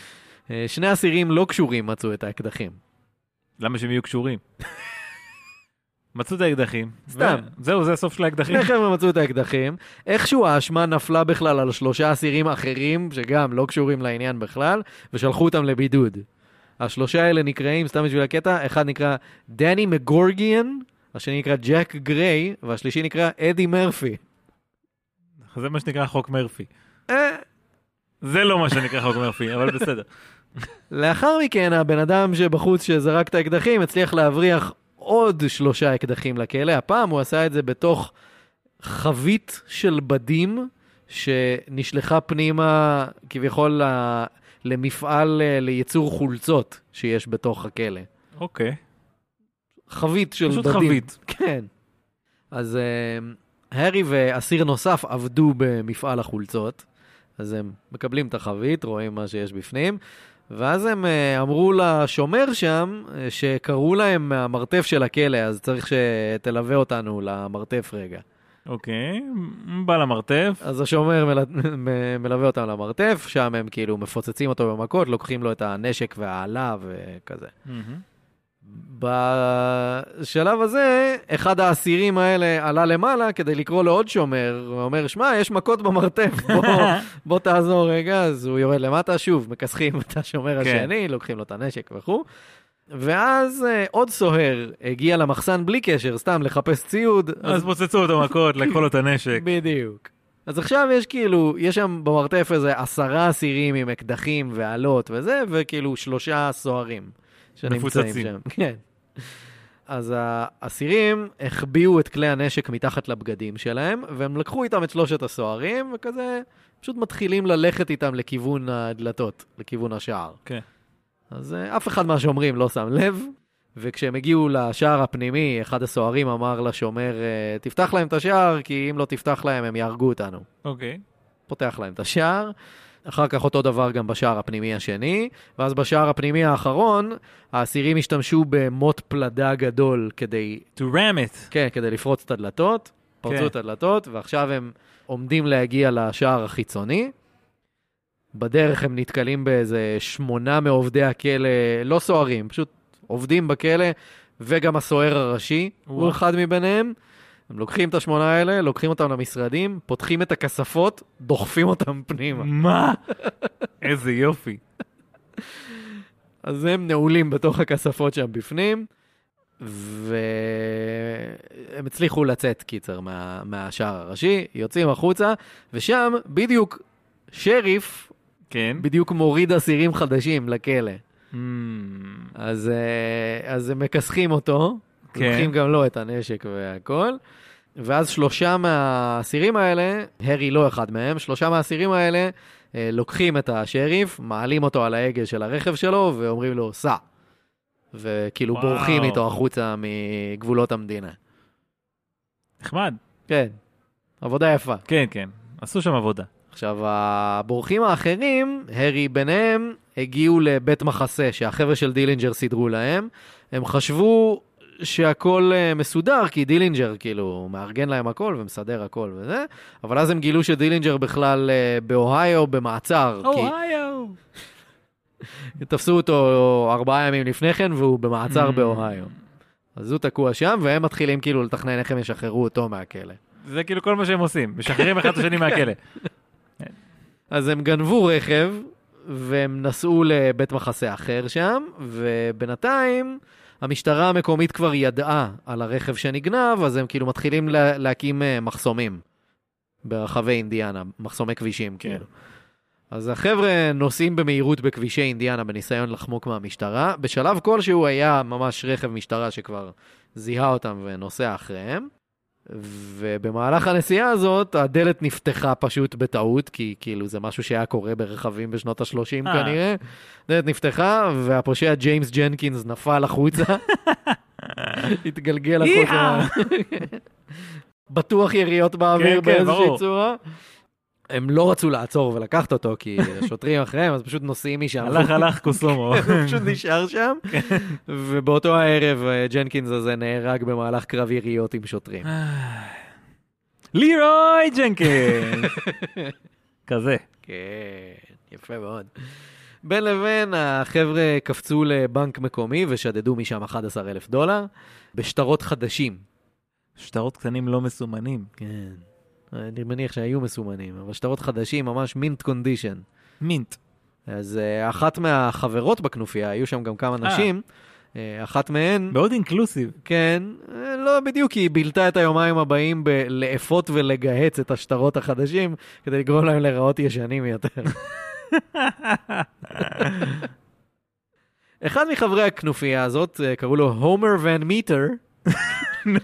2 אסירים לא קשורים מצאו את האקדחים. למה שהם יהיו קשורים? מצאו את האקדחים. סתם. זהו, זה הסוף של האקדחים. איך הם מצאו את האקדחים? איכשהו האשמה נפלה בכלל על 3 אסירים אחרים, שגם לא קשורים לעניין בכלל, ושלחו אותם לבידוד. 3 האלה נקראים, סתם בשביל הקטע, אחד נקרא דני מגורגיאן, השני נקרא ג'ק גריי, והשלישי נקרא אדי מרפי. זה מה שנקרא חוק מרפי. זה לא מה שנקרא חוק מרפי, אבל בסדר. לאחר מכן, הבן אדם שבחוץ שזרק את האקדחים, הצליח להבריח עוד 3 אקדחים לכלא. הפעם הוא עשה את זה בתוך חבית של בדים, שנשלחה פנימה כביכול למפעל לייצור חולצות שיש בתוך הכלא. אוקיי. חבית של בדים. פשוט חבית. כן. אז הרי ואסיר נוסף עבדו במפעל החולצות, אז הם מקבלים את החבית, רואים מה שיש בפנים, ואז הם אמרו לשומר שם, שקראו להם מהמרתף של הכלא, אז צריך שתלווה אותנו למרתף רגע. אוקיי, בא למרתף. אז השומר מלווה אותם למרתף, שם הם כאילו מפוצצים אותו במכות, לוקחים לו את הנשק והעלה וכזה. בשלב הזה, אחד האסירים האלה עלה למעלה כדי לקרוא לו עוד שומר, הוא אומר, שמע, יש מכות במרתף, בוא תעזור רגע, אז הוא יורד למטה, שוב, מכסחים את השומר השני, לוקחים לו את הנשק וכו'. ואז עוד סוהר הגיע למחסן בלי קשר, סתם לחפש ציוד. אז פוצצו אותו מכות, לקחו לו את הנשק. בדיוק. אז עכשיו יש כאילו, יש שם במרתף איזה 10 אסירים עם אקדחים ועלות וזה, וכאילו 3 סוהרים. מפוצצים. שם. כן. אז האסירים החביאו את כלי הנשק מתחת לבגדים שלהם, והם לקחו איתם את 3 הסוהרים, וכזה פשוט מתחילים ללכת איתם לכיוון הדלתות, לכיוון השער. כן. אז אף אחד מהשומרים לא שם לב, וכשהם הגיעו לשער הפנימי, אחד הסוהרים אמר לשומר, תפתח להם את השער, כי אם לא תפתח להם הם יהרגו אותנו. אוקיי. פותח להם את השער, אחר כך אותו דבר גם בשער הפנימי השני, ואז בשער הפנימי האחרון, האסירים השתמשו במוט פלדה גדול כדי... To ram it. כן, כדי לפרוץ את הדלתות, פרצו את הדלתות, ועכשיו הם עומדים להגיע לשער החיצוני. בדרך הם נתקלים באיזה 8 מעובדי הכלא, לא סוהרים, פשוט עובדים בכלא, וגם הסוהר הראשי, הוא אחד מביניהם. הם לוקחים את 8 האלה, לוקחים אותם למשרדים, פותחים את הכספות, דוחפים אותם פנימה. מה? איזה יופי. אז הם נעולים בתוך הכספות שם בפנים, והם הצליחו לצאת קיצר מהשער הראשי, יוצאים החוצה, ושם בדיוק שריף, כן. בדיוק מוריד אסירים חדשים לכלא. אז הם מכסחים אותו, לוקחים גם לו את הנשק והכל, ואז 3 מהאסירים האלה, הרי לא אחד מהם, 3 מהאסירים האלה לוקחים את השריף, מעלים אותו על ההגה של הרכב שלו, ואומרים לו, סע. וכאילו בורחים איתו החוצה מגבולות המדינה. נחמד. כן, עבודה יפה. כן, כן, עשו שם עבודה. עכשיו, הבורחים האחרים, הרי ביניהם, הגיעו לבית מחסה, שהחבר'ה של דילינג'ר סידרו להם. הם חשבו שהכל מסודר, כי דילינג'ר כאילו מארגן להם הכל ומסדר הכל וזה, אבל אז הם גילו שדילינג'ר בכלל באוהיו במעצר. אוהיו! תפסו אותו 4 ימים לפני כן, והוא במעצר באוהיו. אז הוא תקוע שם, והם מתחילים כאילו לתכנן איך הם ישחררו אותו מהכלא. זה כאילו כל מה שהם עושים, משחררים אחד את השני מהכלא. אז הם גנבו רכב, והם נסעו לבית מחסה אחר שם, ובינתיים המשטרה המקומית כבר ידעה על הרכב שנגנב, אז הם כאילו מתחילים להקים מחסומים ברחבי אינדיאנה, מחסומי כבישים כאילו. אז החבר'ה נוסעים במהירות בכבישי אינדיאנה בניסיון לחמוק מהמשטרה. בשלב כלשהו היה ממש רכב משטרה שכבר זיהה אותם ונוסע אחריהם. ובמהלך הנסיעה הזאת הדלת נפתחה פשוט בטעות, כי כאילו זה משהו שהיה קורה ברכבים בשנות ה-30 כנראה. דלת נפתחה והפושע ג'יימס ג'נקינס נפל החוצה. התגלגל החוצה. בטוח יריות באוויר באיזושהי צורה. הם לא רצו לעצור ולקחת אותו, כי השוטרים אחריהם, אז פשוט נוסעים משם. הלך קוסומו. הוא פשוט נשאר שם, ובאותו הערב ג'נקינס הזה נהרג במהלך קרב יריות עם שוטרים. לירוי ג'נקינס! כזה. כן, יפה מאוד. בין לבין, החבר'ה קפצו לבנק מקומי ושדדו משם $11,000 בשטרות חדשים. שטרות קטנים לא מסומנים. כן. אני מניח שהיו מסומנים, אבל שטרות חדשים, ממש מינט קונדישן. מינט. אז אחת מהחברות בכנופיה, היו שם גם כמה נשים, אחת מהן... מאוד אינקלוסיב. כן, לא בדיוק, היא בילתה את היומיים הבאים בלאפות ולגהץ את השטרות החדשים, כדי לגרום להם לראות ישנים יותר. אחד מחברי הכנופיה הזאת, קראו לו הומר ון מיטר. נו.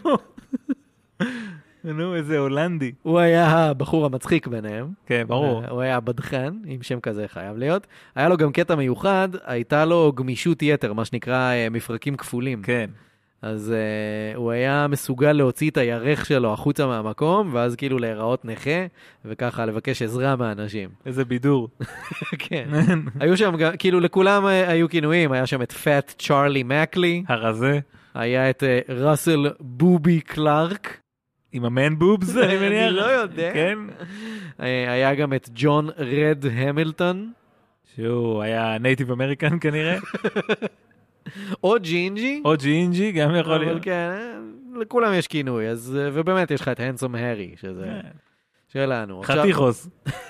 נו, איזה הולנדי. הוא היה הבחור המצחיק ביניהם. כן, ברור. הוא היה בדחן, עם שם כזה חייב להיות. היה לו גם קטע מיוחד, הייתה לו גמישות יתר, מה שנקרא מפרקים כפולים. כן. אז הוא היה מסוגל להוציא את הירך שלו החוצה מהמקום, ואז כאילו להיראות נכה, וככה לבקש עזרה מאנשים. איזה בידור. כן. היו שם, כאילו לכולם היו כינויים, היה שם את פאט צ'ארלי מקלי. הרזה. היה את ראסל בובי קלארק. עם המן בובס, אני מניח. אני לא יודע. כן. היה גם את ג'ון רד המילטון. שהוא היה נייטיב אמריקן כנראה. או ג'ינג'י. או ג'ינג'י, גם יכול להיות. אבל כן, לכולם יש כינוי. ובאמת יש לך את הנסום הרי, שזה שלנו. חתיכוס.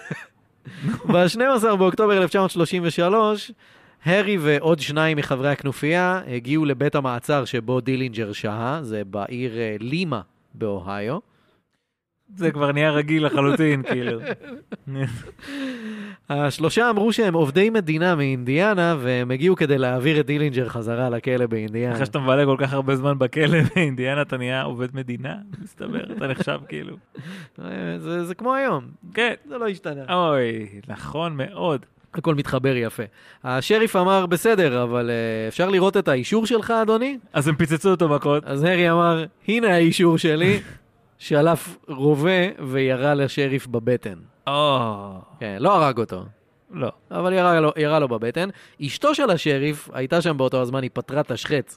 ב-12 באוקטובר 1933, הרי ועוד 2 מחברי הכנופיה הגיעו לבית המעצר שבו דילינג'ר שהה, זה בעיר לימה באוהיו. זה כבר נהיה רגיל לחלוטין, כאילו. השלושה אמרו שהם עובדי מדינה מאינדיאנה, והם הגיעו כדי להעביר את דילינג'ר חזרה לכלא באינדיאנה. אחרי שאתה מבלה כל כך הרבה זמן בכלא באינדיאנה, אתה נהיה עובד מדינה, מסתבר, אתה נחשב כאילו. זה כמו היום. כן. זה לא השתנה. אוי, נכון מאוד. הכל מתחבר יפה. השריף אמר, בסדר, אבל אפשר לראות את האישור שלך, אדוני? אז הם פיצצו אותו מכות. אז הרי אמר, הנה האישור שלי, שלף רובה וירה לשריף בבטן. כן, לא הרג אותו. לא. אבל ירה לו בבטן. אשתו של השריף הייתה שם באותו הזמן, היא פטרה את השחץ.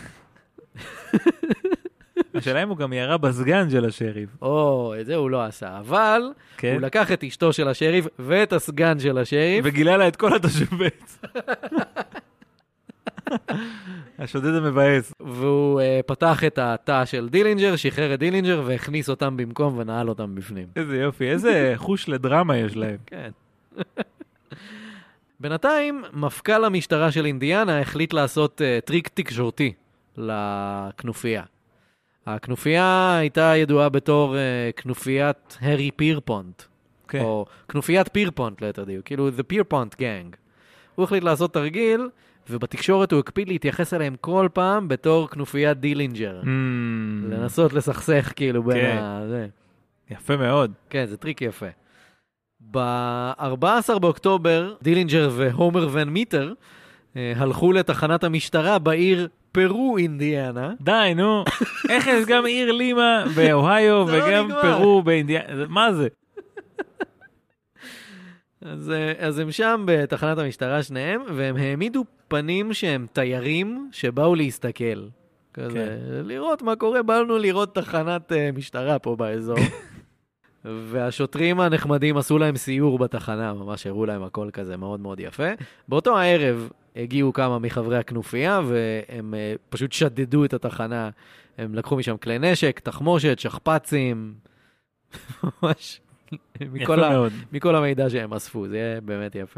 השאלה אם הוא גם ירה בסגן של השריף. את זה הוא לא עשה, אבל הוא לקח את אשתו של השריף ואת הסגן של השריף. וגילה לה את כל התושבץ. השודד המבאס. והוא פתח את התא של דילינג'ר, שחרר את דילינג'ר והכניס אותם במקום ונעל אותם בפנים. איזה יופי, איזה חוש לדרמה יש להם. כן. בינתיים, מפכ"ל המשטרה של אינדיאנה החליט לעשות טריק תקשורתי לכנופיה. הכנופיה הייתה ידועה בתור כנופיית הרי פירפונט. או כנופיית פירפונט, ליתר דיוק. כאילו, The Pierpont Gang. הוא החליט לעשות תרגיל, ובתקשורת הוא הקפיד להתייחס אליהם כל פעם בתור כנופיית דילינג'ר. לנסות לסכסך כאילו בין זה. יפה מאוד. כן, זה טריק יפה. ב-14 באוקטובר, דילינג'ר והומר ון מיטר הלכו לתחנת המשטרה בעיר פרו, אינדיאנה. די, נו. איך יש גם עיר לימה באוהיו וגם פרו באינדיאנה? מה זה? אז הם שם בתחנת המשטרה שניהם, והם העמידו פנים שהם תיירים שבאו להסתכל. כזה, לראות מה קורה, באנו לראות תחנת משטרה פה באזור. והשוטרים הנחמדים עשו להם סיור בתחנה, ממש הראו להם הכל כזה מאוד מאוד יפה. באותו הערב הגיעו כמה מחברי הכנופיה, והם פשוט שדדו את התחנה. הם לקחו משם כלי נשק, תחמושת, שכפ"צים, ממש מכל המידע שהם אספו, זה יהיה באמת יפה.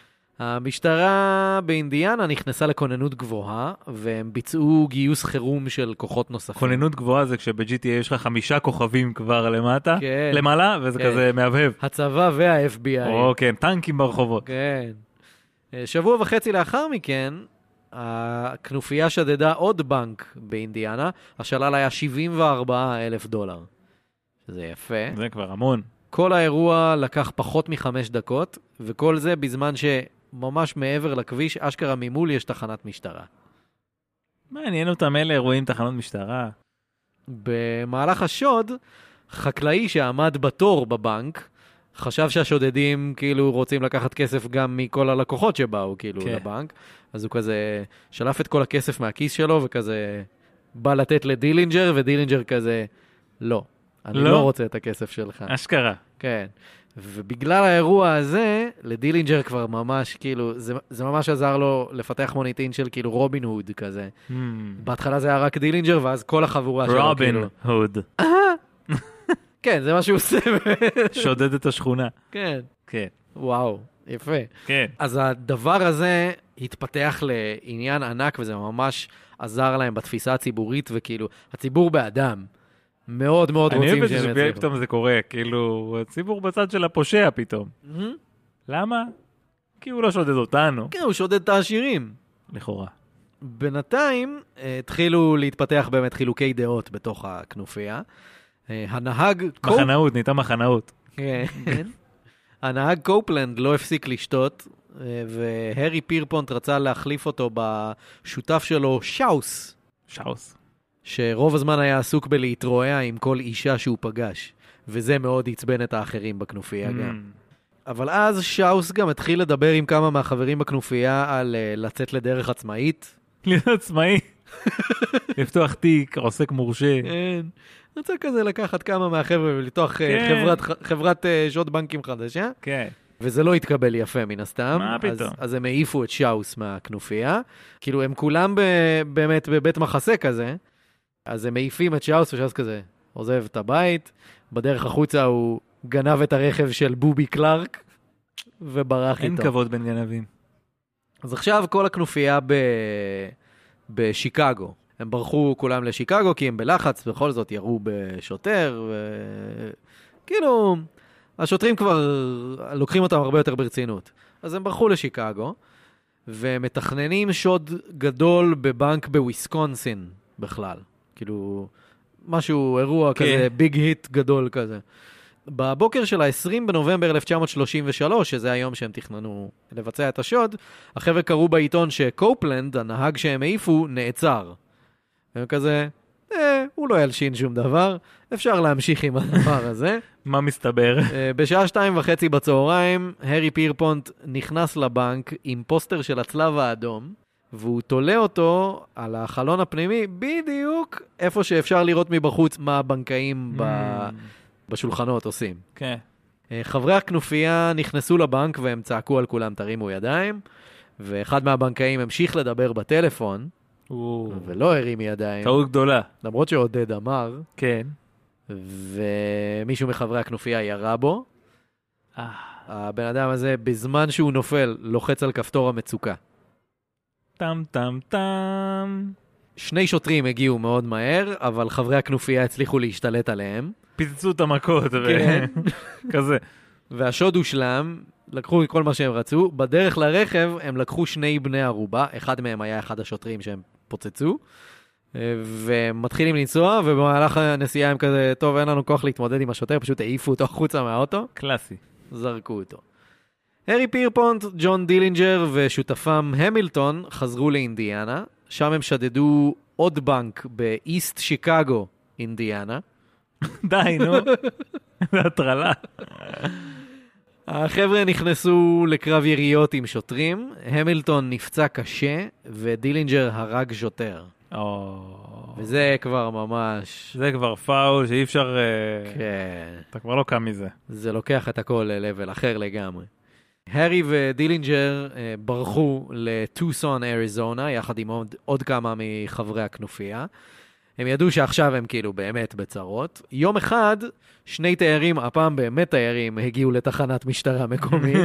המשטרה באינדיאנה נכנסה לכוננות גבוהה, והם ביצעו גיוס חירום של כוחות נוספים. כוננות גבוהה זה כשב-GTA יש לך 5 כוכבים כבר למטה, למעלה, וזה כזה מהבהב. הצבא וה-FBI. כן, טנקים ברחובות. כן. שבוע וחצי לאחר מכן, הכנופיה שדדה עוד בנק באינדיאנה, השלל היה $74,000. שזה יפה. זה כבר המון. כל האירוע לקח פחות מ5 דקות, וכל זה בזמן שממש מעבר לכביש, אשכרה ממול יש תחנת משטרה. מעניין אותם אלה אירועים תחנות משטרה. במהלך השוד, חקלאי שעמד בתור בבנק, חשב שהשודדים כאילו רוצים לקחת כסף גם מכל הלקוחות שבאו כאילו לבנק, אז הוא כזה שלף את כל הכסף מהכיס שלו וכזה בא לתת לדילינג'ר, ודילינג'ר כזה לא, אני לא רוצה את הכסף שלך. אשכרה. כן. ובגלל האירוע הזה, לדילינג'ר כבר ממש כאילו, זה ממש עזר לו לפתח מוניטין של כאילו רובין הוד כזה. בהתחלה זה היה רק דילינג'ר, ואז כל החבורה שלו כאילו. רובין הוד. כן, זה מה שהוא עושה. שודד את השכונה. כן. כן. וואו, יפה. כן. אז הדבר הזה התפתח לעניין ענק, וזה ממש עזר להם בתפיסה הציבורית, וכאילו, הציבור באדם. מאוד מאוד רוצים שהם יצליחו. אני אוהב פתאום זה קורה, כאילו, הציבור בצד של הפושע פתאום. למה? כי הוא לא שודד אותנו. כן, הוא שודד את העשירים. לכאורה. בינתיים התחילו להתפתח באמת חילוקי דעות בתוך הכנופיה. הנהג... מחנאות, נהייתה מחנאות. כן. הנהג קופלנד לא הפסיק לשתות, והרי פירפונט רצה להחליף אותו בשותף שלו, שאוס. שאוס. שרוב הזמן היה עסוק בלהתרועע עם כל אישה שהוא פגש, וזה מאוד עצבן את האחרים בכנופיה גם. אבל אז שאוס גם התחיל לדבר עם כמה מהחברים בכנופיה על לצאת לדרך עצמאית. להיות עצמאי. לפתוח תיק, עוסק מורשה. כן. רצה כזה לקחת כמה מהחבר'ה ולתוח חברת שוד בנקים חדשה. כן. וזה לא התקבל יפה מן הסתם. מה פתאום? אז הם העיפו את שאוס מהכנופיה. כאילו הם כולם באמת בבית מחסה כזה. אז הם מעיפים את שאוס, ושאוס כזה עוזב את הבית. בדרך החוצה הוא גנב את הרכב של בובי קלארק, וברח איתו. אין כבוד בין גנבים. אז עכשיו כל הכנופיה בשיקגו. הם ברחו כולם לשיקגו, כי הם בלחץ, בכל זאת ירו בשוטר, כאילו, השוטרים כבר לוקחים אותם הרבה יותר ברצינות. אז הם ברחו לשיקגו, ומתכננים שוד גדול בבנק בוויסקונסין בכלל. כאילו, משהו, אירוע כזה, ביג היט גדול כזה. בבוקר של ה-20 בנובמבר 1933, שזה היום שהם תכננו לבצע את השוד, החבר'ה קראו בעיתון שקופלנד, הנהג שהם העיפו, נעצר. הם כזה, הוא לא ילשין שום דבר, אפשר להמשיך עם הדבר הזה. מה מסתבר? בשעה 2:30 בצהריים, הרי פירפונט נכנס לבנק עם פוסטר של הצלב האדום, והוא תולה אותו על החלון הפנימי, בדיוק איפה שאפשר לראות מבחוץ מה הבנקאים בשולחנות עושים. כן. חברי הכנופיה נכנסו לבנק והם צעקו על כולם תרימו ידיים, ואחד מהבנקאים המשיך לדבר בטלפון, ולא הרים ידיים. טעות גדולה. למרות שעודד אמר. כן. ומישהו מחברי הכנופיה ירה בו. הבן אדם הזה, בזמן שהוא נופל, לוחץ על כפתור המצוקה. טם טם טם. 2 שוטרים הגיעו מאוד מהר, אבל חברי הכנופיה הצליחו להשתלט עליהם. פיצצו את המכות. כן. כזה. והשוד הושלם, לקחו כל מה שהם רצו. בדרך לרכב הם לקחו 2 בני ערובה, אחד מהם היה אחד השוטרים שהם פוצצו, ומתחילים לנסוע, ובמהלך הנסיעה הם כזה, טוב, אין לנו כוח להתמודד עם השוטר, פשוט העיפו אותו החוצה מהאוטו. קלאסי. זרקו אותו. הרי פירפונט, ג'ון דילינג'ר ושותפם המילטון חזרו לאינדיאנה, שם הם שדדו עוד בנק באיסט שיקגו, אינדיאנה. די, נו. זה הטרלה. החבר'ה נכנסו לקרב יריות עם שוטרים, המילטון נפצע קשה, ודילינג'ר הרג שוטר. וזה כבר ממש... זה כבר פאול שאי אפשר... כן. אתה כבר לא קם מזה. זה לוקח את הכל ללבל אחר לגמרי. הרי ודילינג'ר ברחו לטוסון, אריזונה, יחד עם עוד כמה מחברי הכנופיה. הם ידעו שעכשיו הם כאילו באמת בצרות. יום אחד, שני תיירים, הפעם באמת תיירים, הגיעו לתחנת משטרה מקומית,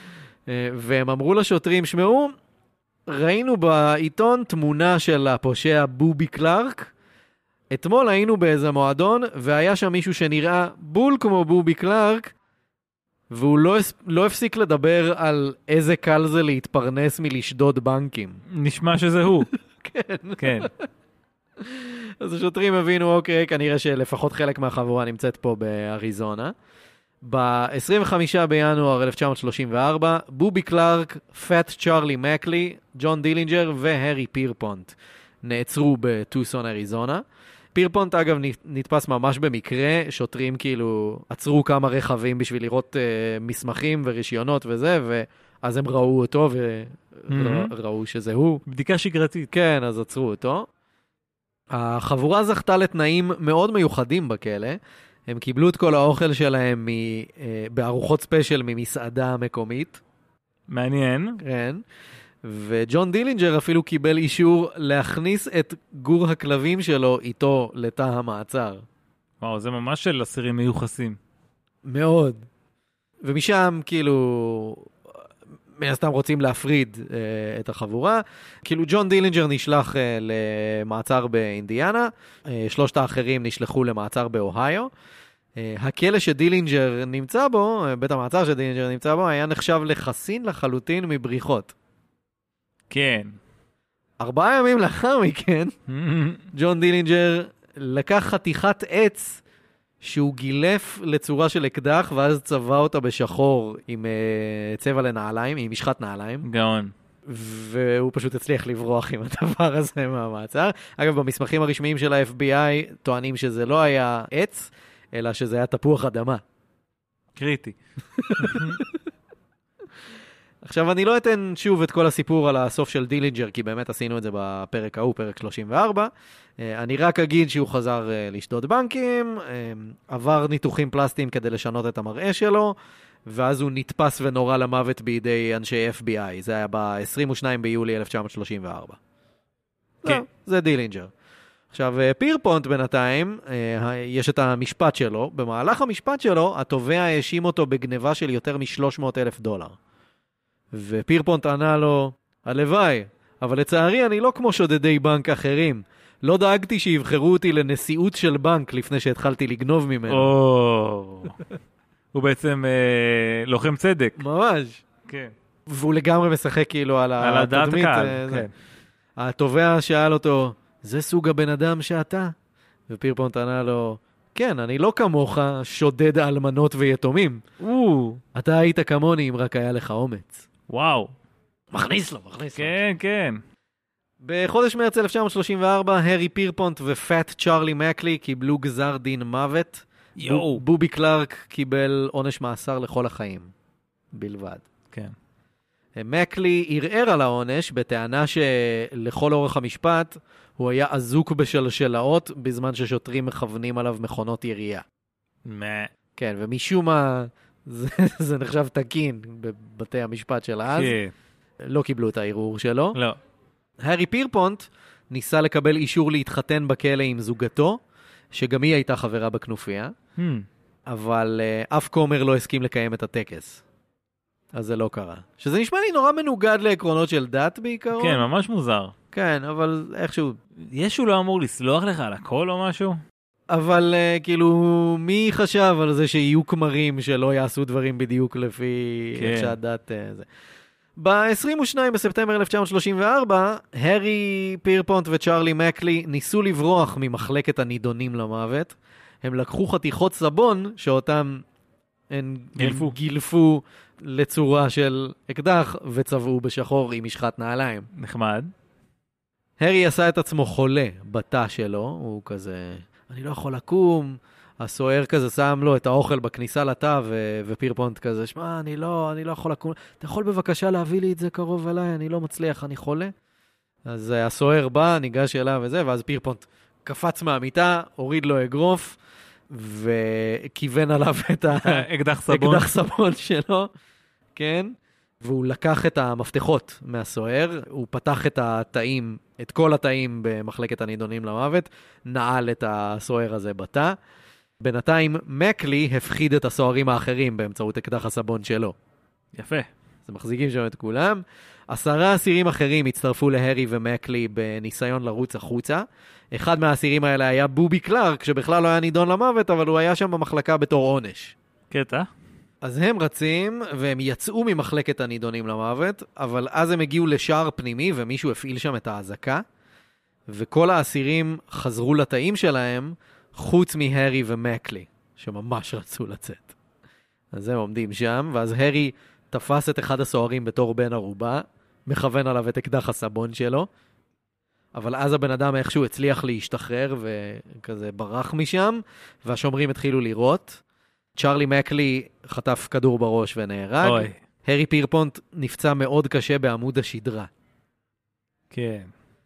והם אמרו לשוטרים, שמעו, ראינו בעיתון תמונה של הפושע בובי קלארק, אתמול היינו באיזה מועדון, והיה שם מישהו שנראה בול כמו בובי קלארק, והוא לא הפסיק לדבר על איזה קל זה להתפרנס מלשדוד בנקים. נשמע שזה הוא. כן. כן. אז השוטרים הבינו, אוקיי, כנראה שלפחות חלק מהחבורה נמצאת פה באריזונה. ב-25 בינואר 1934, בובי קלארק, פאט צ'רלי מקלי, ג'ון דילינג'ר והרי פירפונט נעצרו בטוסון, אריזונה. פירפונט, אגב, נתפס ממש במקרה, שוטרים כאילו עצרו כמה רכבים בשביל לראות מסמכים ורישיונות וזה, ואז הם ראו אותו וראו שזה הוא. בדיקה שגרתית. כן, אז עצרו אותו. החבורה זכתה לתנאים מאוד מיוחדים בכלא. הם קיבלו את כל האוכל שלהם בארוחות ספיישל ממסעדה מקומית. מעניין. כן. וג'ון דילינג'ר אפילו קיבל אישור להכניס את גור הכלבים שלו איתו לתא המעצר. וואו, זה ממש של אסירים מיוחסים. מאוד. ומשם כאילו... מן הסתם רוצים להפריד את החבורה. כאילו ג'ון דילינג'ר נשלח למעצר באינדיאנה, שלושת האחרים נשלחו למעצר באוהיו. הכלא שדילינג'ר נמצא בו, בית המעצר שדילינג'ר נמצא בו, היה נחשב לחסין לחלוטין מבריחות. כן. 4 ימים לאחר מכן, ג'ון דילינג'ר לקח חתיכת עץ שהוא גילף לצורה של אקדח, ואז צבע אותה בשחור עם צבע לנעליים, עם משחת נעליים. גאון. והוא פשוט הצליח לברוח עם הדבר הזה מהמעצר. אגב, במסמכים הרשמיים של ה-FBI טוענים שזה לא היה עץ, אלא שזה היה תפוח אדמה. קריטי. עכשיו, אני לא אתן שוב את כל הסיפור על הסוף של דילינג'ר, כי באמת עשינו את זה בפרק ההוא, פרק 34. אני רק אגיד שהוא חזר לשדוד בנקים, עבר ניתוחים פלסטיים כדי לשנות את המראה שלו, ואז הוא נתפס ונורא למוות בידי אנשי FBI. זה היה ב-22 ביולי 1934. כן. זה דילינג'ר. עכשיו, פירפונט בינתיים, יש את המשפט שלו. במהלך המשפט שלו, התובע האשים אותו בגניבה של יותר $300,000. ופירפונט ענה לו, הלוואי, אבל לצערי אני לא כמו שודדי בנק אחרים. לא דאגתי שיבחרו אותי לנשיאות של בנק לפני שהתחלתי לגנוב ממנו. הוא בעצם לוחם צדק. ממש. כן. והוא לגמרי משחק כאילו על הדעת הקהל. כן. התובע שאל אותו, זה סוג הבן אדם שאתה? ופירפונט ענה לו, כן, אני לא כמוך שודד אלמנות ויתומים. אתה היית כמוני אם רק היה לך אומץ. וואו. מכניס לו. כן, כן. בחודש מרץ 1934, הרי פירפונט ופאט צ'רלי מקלי קיבלו גזר דין מוות. בובי קלארק קיבל עונש מאסר לכל החיים. בלבד. כן. מקלי ערער על העונש בטענה שלכל אורך המשפט הוא היה אזוק בשלשלאות בזמן ששוטרים מכוונים עליו מכונות ירייה. כן, ומשום מה זה נחשב תקין בבתי המשפט של אז. לא קיבלו את הערעור שלו. לא. הרי פירפונט ניסה לקבל אישור להתחתן בכלא עם זוגתו, שגם היא הייתה חברה בכנופיה, אבל אף כומר לא הסכים לקיים את הטקס. אז זה לא קרה. שזה נשמע לי נורא מנוגד לעקרונות של דת בעיקרון. כן, ממש מוזר. כן, אבל איכשהו... ישו לא אמור לסלוח לך על הכל או משהו? אבל כאילו, מי חשב על זה שיהיו כמרים שלא יעשו דברים בדיוק לפי איך שהדת זה. ב-22 בספטמבר 1934, הרי פירפונט וצ'רלי מקלי ניסו לברוח ממחלקת הנידונים למוות. הם לקחו חתיכות סבון שאותם הם גילפו לצורה של אקדח וצבעו בשחור עם משחת נעליים. נחמד. הרי עשה את עצמו חולה בתא שלו, הוא כזה, אני לא יכול לקום, הסוער כזה שם לו את האוכל בכניסה לתא, ופירפונט כזה, שמע, אני לא יכול לקום, אתה יכול בבקשה להביא לי את זה קרוב אליי, אני לא מצליח, אני חולה. אז הסוער בא, ניגש אליו וזה, ואז פירפונט קפץ מהמיטה, הוריד לו אגרוף, וכיוון עליו את האקדח סבון שלו, כן? והוא לקח את המפתחות מהסוער, הוא פתח את התאים, את כל התאים במחלקת הנידונים למוות, נעל את הסוער הזה בתא. בינתיים מקלי הפחיד את הסוערים האחרים באמצעות אקדח הסבון שלו. יפה. אז מחזיקים שם את כולם. 10 אסירים אחרים הצטרפו להרי ומקלי בניסיון לרוץ החוצה. אחד מהאסירים האלה היה בובי קלארק, שבכלל לא היה נידון למוות, אבל הוא היה שם במחלקה בתור עונש. קטע. אז הם רצים, והם יצאו ממחלקת הנידונים למוות, אבל אז הם הגיעו לשער פנימי, ומישהו הפעיל שם את ההזקה, וכל האסירים חזרו לתאים שלהם, חוץ מהרי ומקלי, שממש רצו לצאת. אז הם עומדים שם, ואז הרי תפס את אחד הסוערים בתור בן ערובה, מכוון עליו את אקדח הסבון שלו, אבל אז הבן אדם איכשהו הצליח להשתחרר, וכזה ברח משם, והשומרים התחילו לירות. צ'רלי מקלי חטף כדור בראש ונהרג. אוי. הרי פירפונט נפצע מאוד קשה בעמוד השדרה. כן.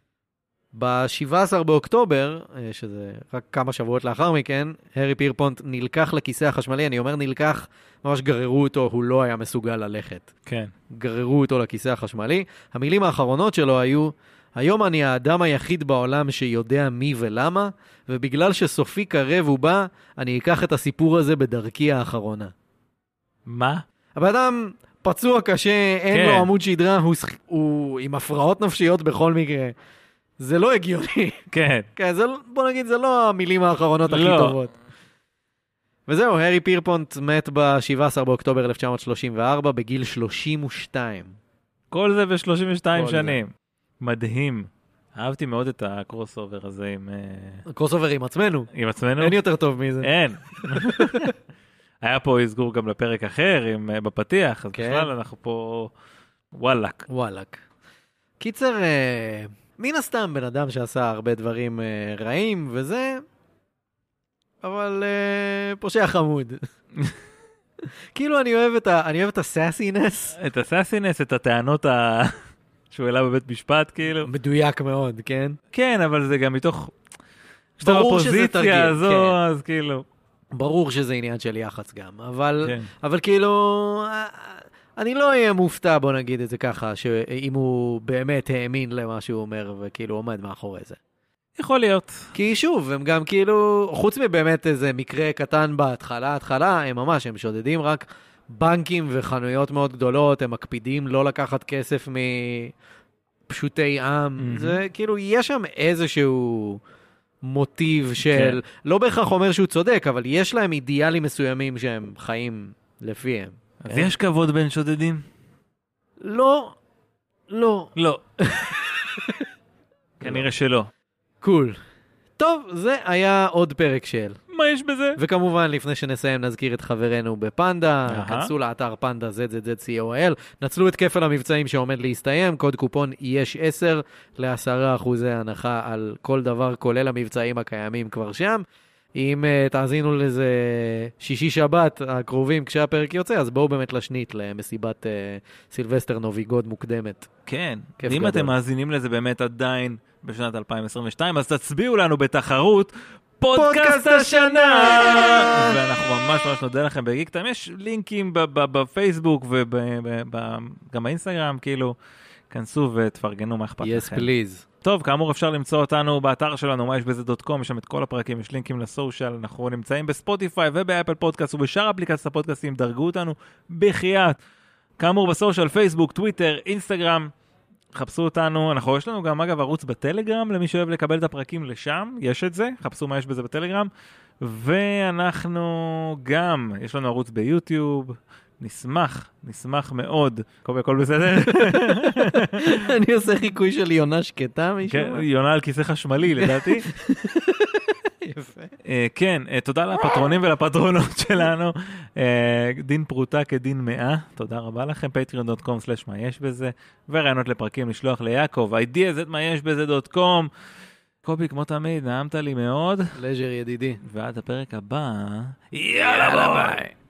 ב-17 באוקטובר, שזה רק כמה שבועות לאחר מכן, הרי פירפונט נלקח לכיסא החשמלי. אני אומר נלקח, ממש גררו אותו, הוא לא היה מסוגל ללכת. כן. גררו אותו לכיסא החשמלי. המילים האחרונות שלו היו, היום אני האדם היחיד בעולם שיודע מי ולמה, ובגלל שסופי קרב ובא, אני אקח את הסיפור הזה בדרכי האחרונה. מה? הבן פצוע קשה, אין כן. לו עמוד שדרה, הוא עם הפרעות נפשיות בכל מקרה. זה לא הגיוני. כן. כן, בוא נגיד, זה לא המילים האחרונות הכי לא. טובות. וזהו, הרי פירפונט מת ב-17 באוקטובר 1934, בגיל 32. כל זה ב-32 כל שנים. מדהים. אהבתי מאוד את הקרוס אובר הזה עם... הקרוס אובר עם עצמנו. עם עצמנו? אין יותר טוב מזה. אין. היה פה הסגור גם לפרק אחר בפתיח, אז כן. בכלל אנחנו פה וואלק. וואלק. קיצר, מן הסתם בן אדם שעשה הרבה דברים רעים וזה, אבל פושע חמוד. כאילו אני אוהב את הסאסינס. את הסאסינס, את הטענות שהוא העלה בבית משפט, כאילו. מדויק מאוד, כן? כן, אבל זה גם מתוך... ברור שזה תרגיל, הפוזיציה הזו, כן. אז כאילו... ברור שזה עניין של יח"צ גם, כן. אבל כאילו, אני לא אהיה מופתע, בוא נגיד את זה ככה, שאם הוא באמת האמין למה שהוא אומר, וכאילו עומד מאחורי זה. יכול להיות. כי שוב, הם גם כאילו, חוץ מבאמת איזה מקרה קטן בהתחלה, הם ממש, הם שודדים רק בנקים וחנויות מאוד גדולות, הם מקפידים לא לקחת כסף מפשוטי עם, זה כאילו, יש שם איזשהו מוטיב של, לא בהכרח אומר שהוא צודק, אבל יש להם אידיאלים מסוימים שהם חיים לפיהם. אז יש כבוד בין שודדים? לא. לא. כנראה שלא. קול. טוב, זה היה עוד פרק של. מה יש בזה? וכמובן, לפני שנסיים, נזכיר את חברינו בפנדה. כנסו לאתר פנדה ZZZCOIL. נצלו את כפל המבצעים שעומד להסתיים. קוד קופון יש 10 ל10% הנחה על כל דבר, כולל המבצעים הקיימים כבר שם. אם תאזינו לזה שישי שבת הקרובים כשהפרק יוצא, אז בואו באמת לשנית למסיבת סילבסטר נוביגוד מוקדמת. כן. כיף אם גדול. אתם מאזינים לזה באמת עדיין בפשנת 2022, אז תצביעו לנו בתחרות פודקאסט השנה! ואנחנו ממש ממש נודה לכם בגיק טיים. יש לינקים בפייסבוק וגם באינסטגרם, כאילו, כנסו ותפרגנו מה אכפת לכם. Yes, please. טוב, כאמור אפשר למצוא אותנו באתר שלנו, myesbeze.com, יש שם את כל הפרקים, יש לינקים לסושיאל, אנחנו נמצאים בספוטיפיי ובאפל פודקאסט ובשאר אפליקציות הפודקאסטים, דרגו אותנו בחייאת. כאמור בסושיאל, פייסבוק, טוויטר, אינסטגרם, חפשו אותנו, יש לנו גם אגב ערוץ בטלגרם, למי שאוהב לקבל את הפרקים לשם, יש את זה, חפשו מה יש בזה בטלגרם, ואנחנו גם, יש לנו ערוץ ביוטיוב, נשמח מאוד. קובי, הכל בסדר? אני עושה חיקוי של יונה שקטה, מישהו? כן, יונה על כיסא חשמלי, לדעתי. יפה. כן, תודה לפטרונים ולפטרונות שלנו. דין פרוטה כדין 100. תודה רבה לכם. patreon.com/מה יש בזה. ורעיונות לפרקים לשלוח ליעקב. ideas@מה-יש-בזה.com. קובי, כמו תמיד, נעמת לי מאוד. פלז'ר ידידי. ועד הפרק הבא. יאללה ביי.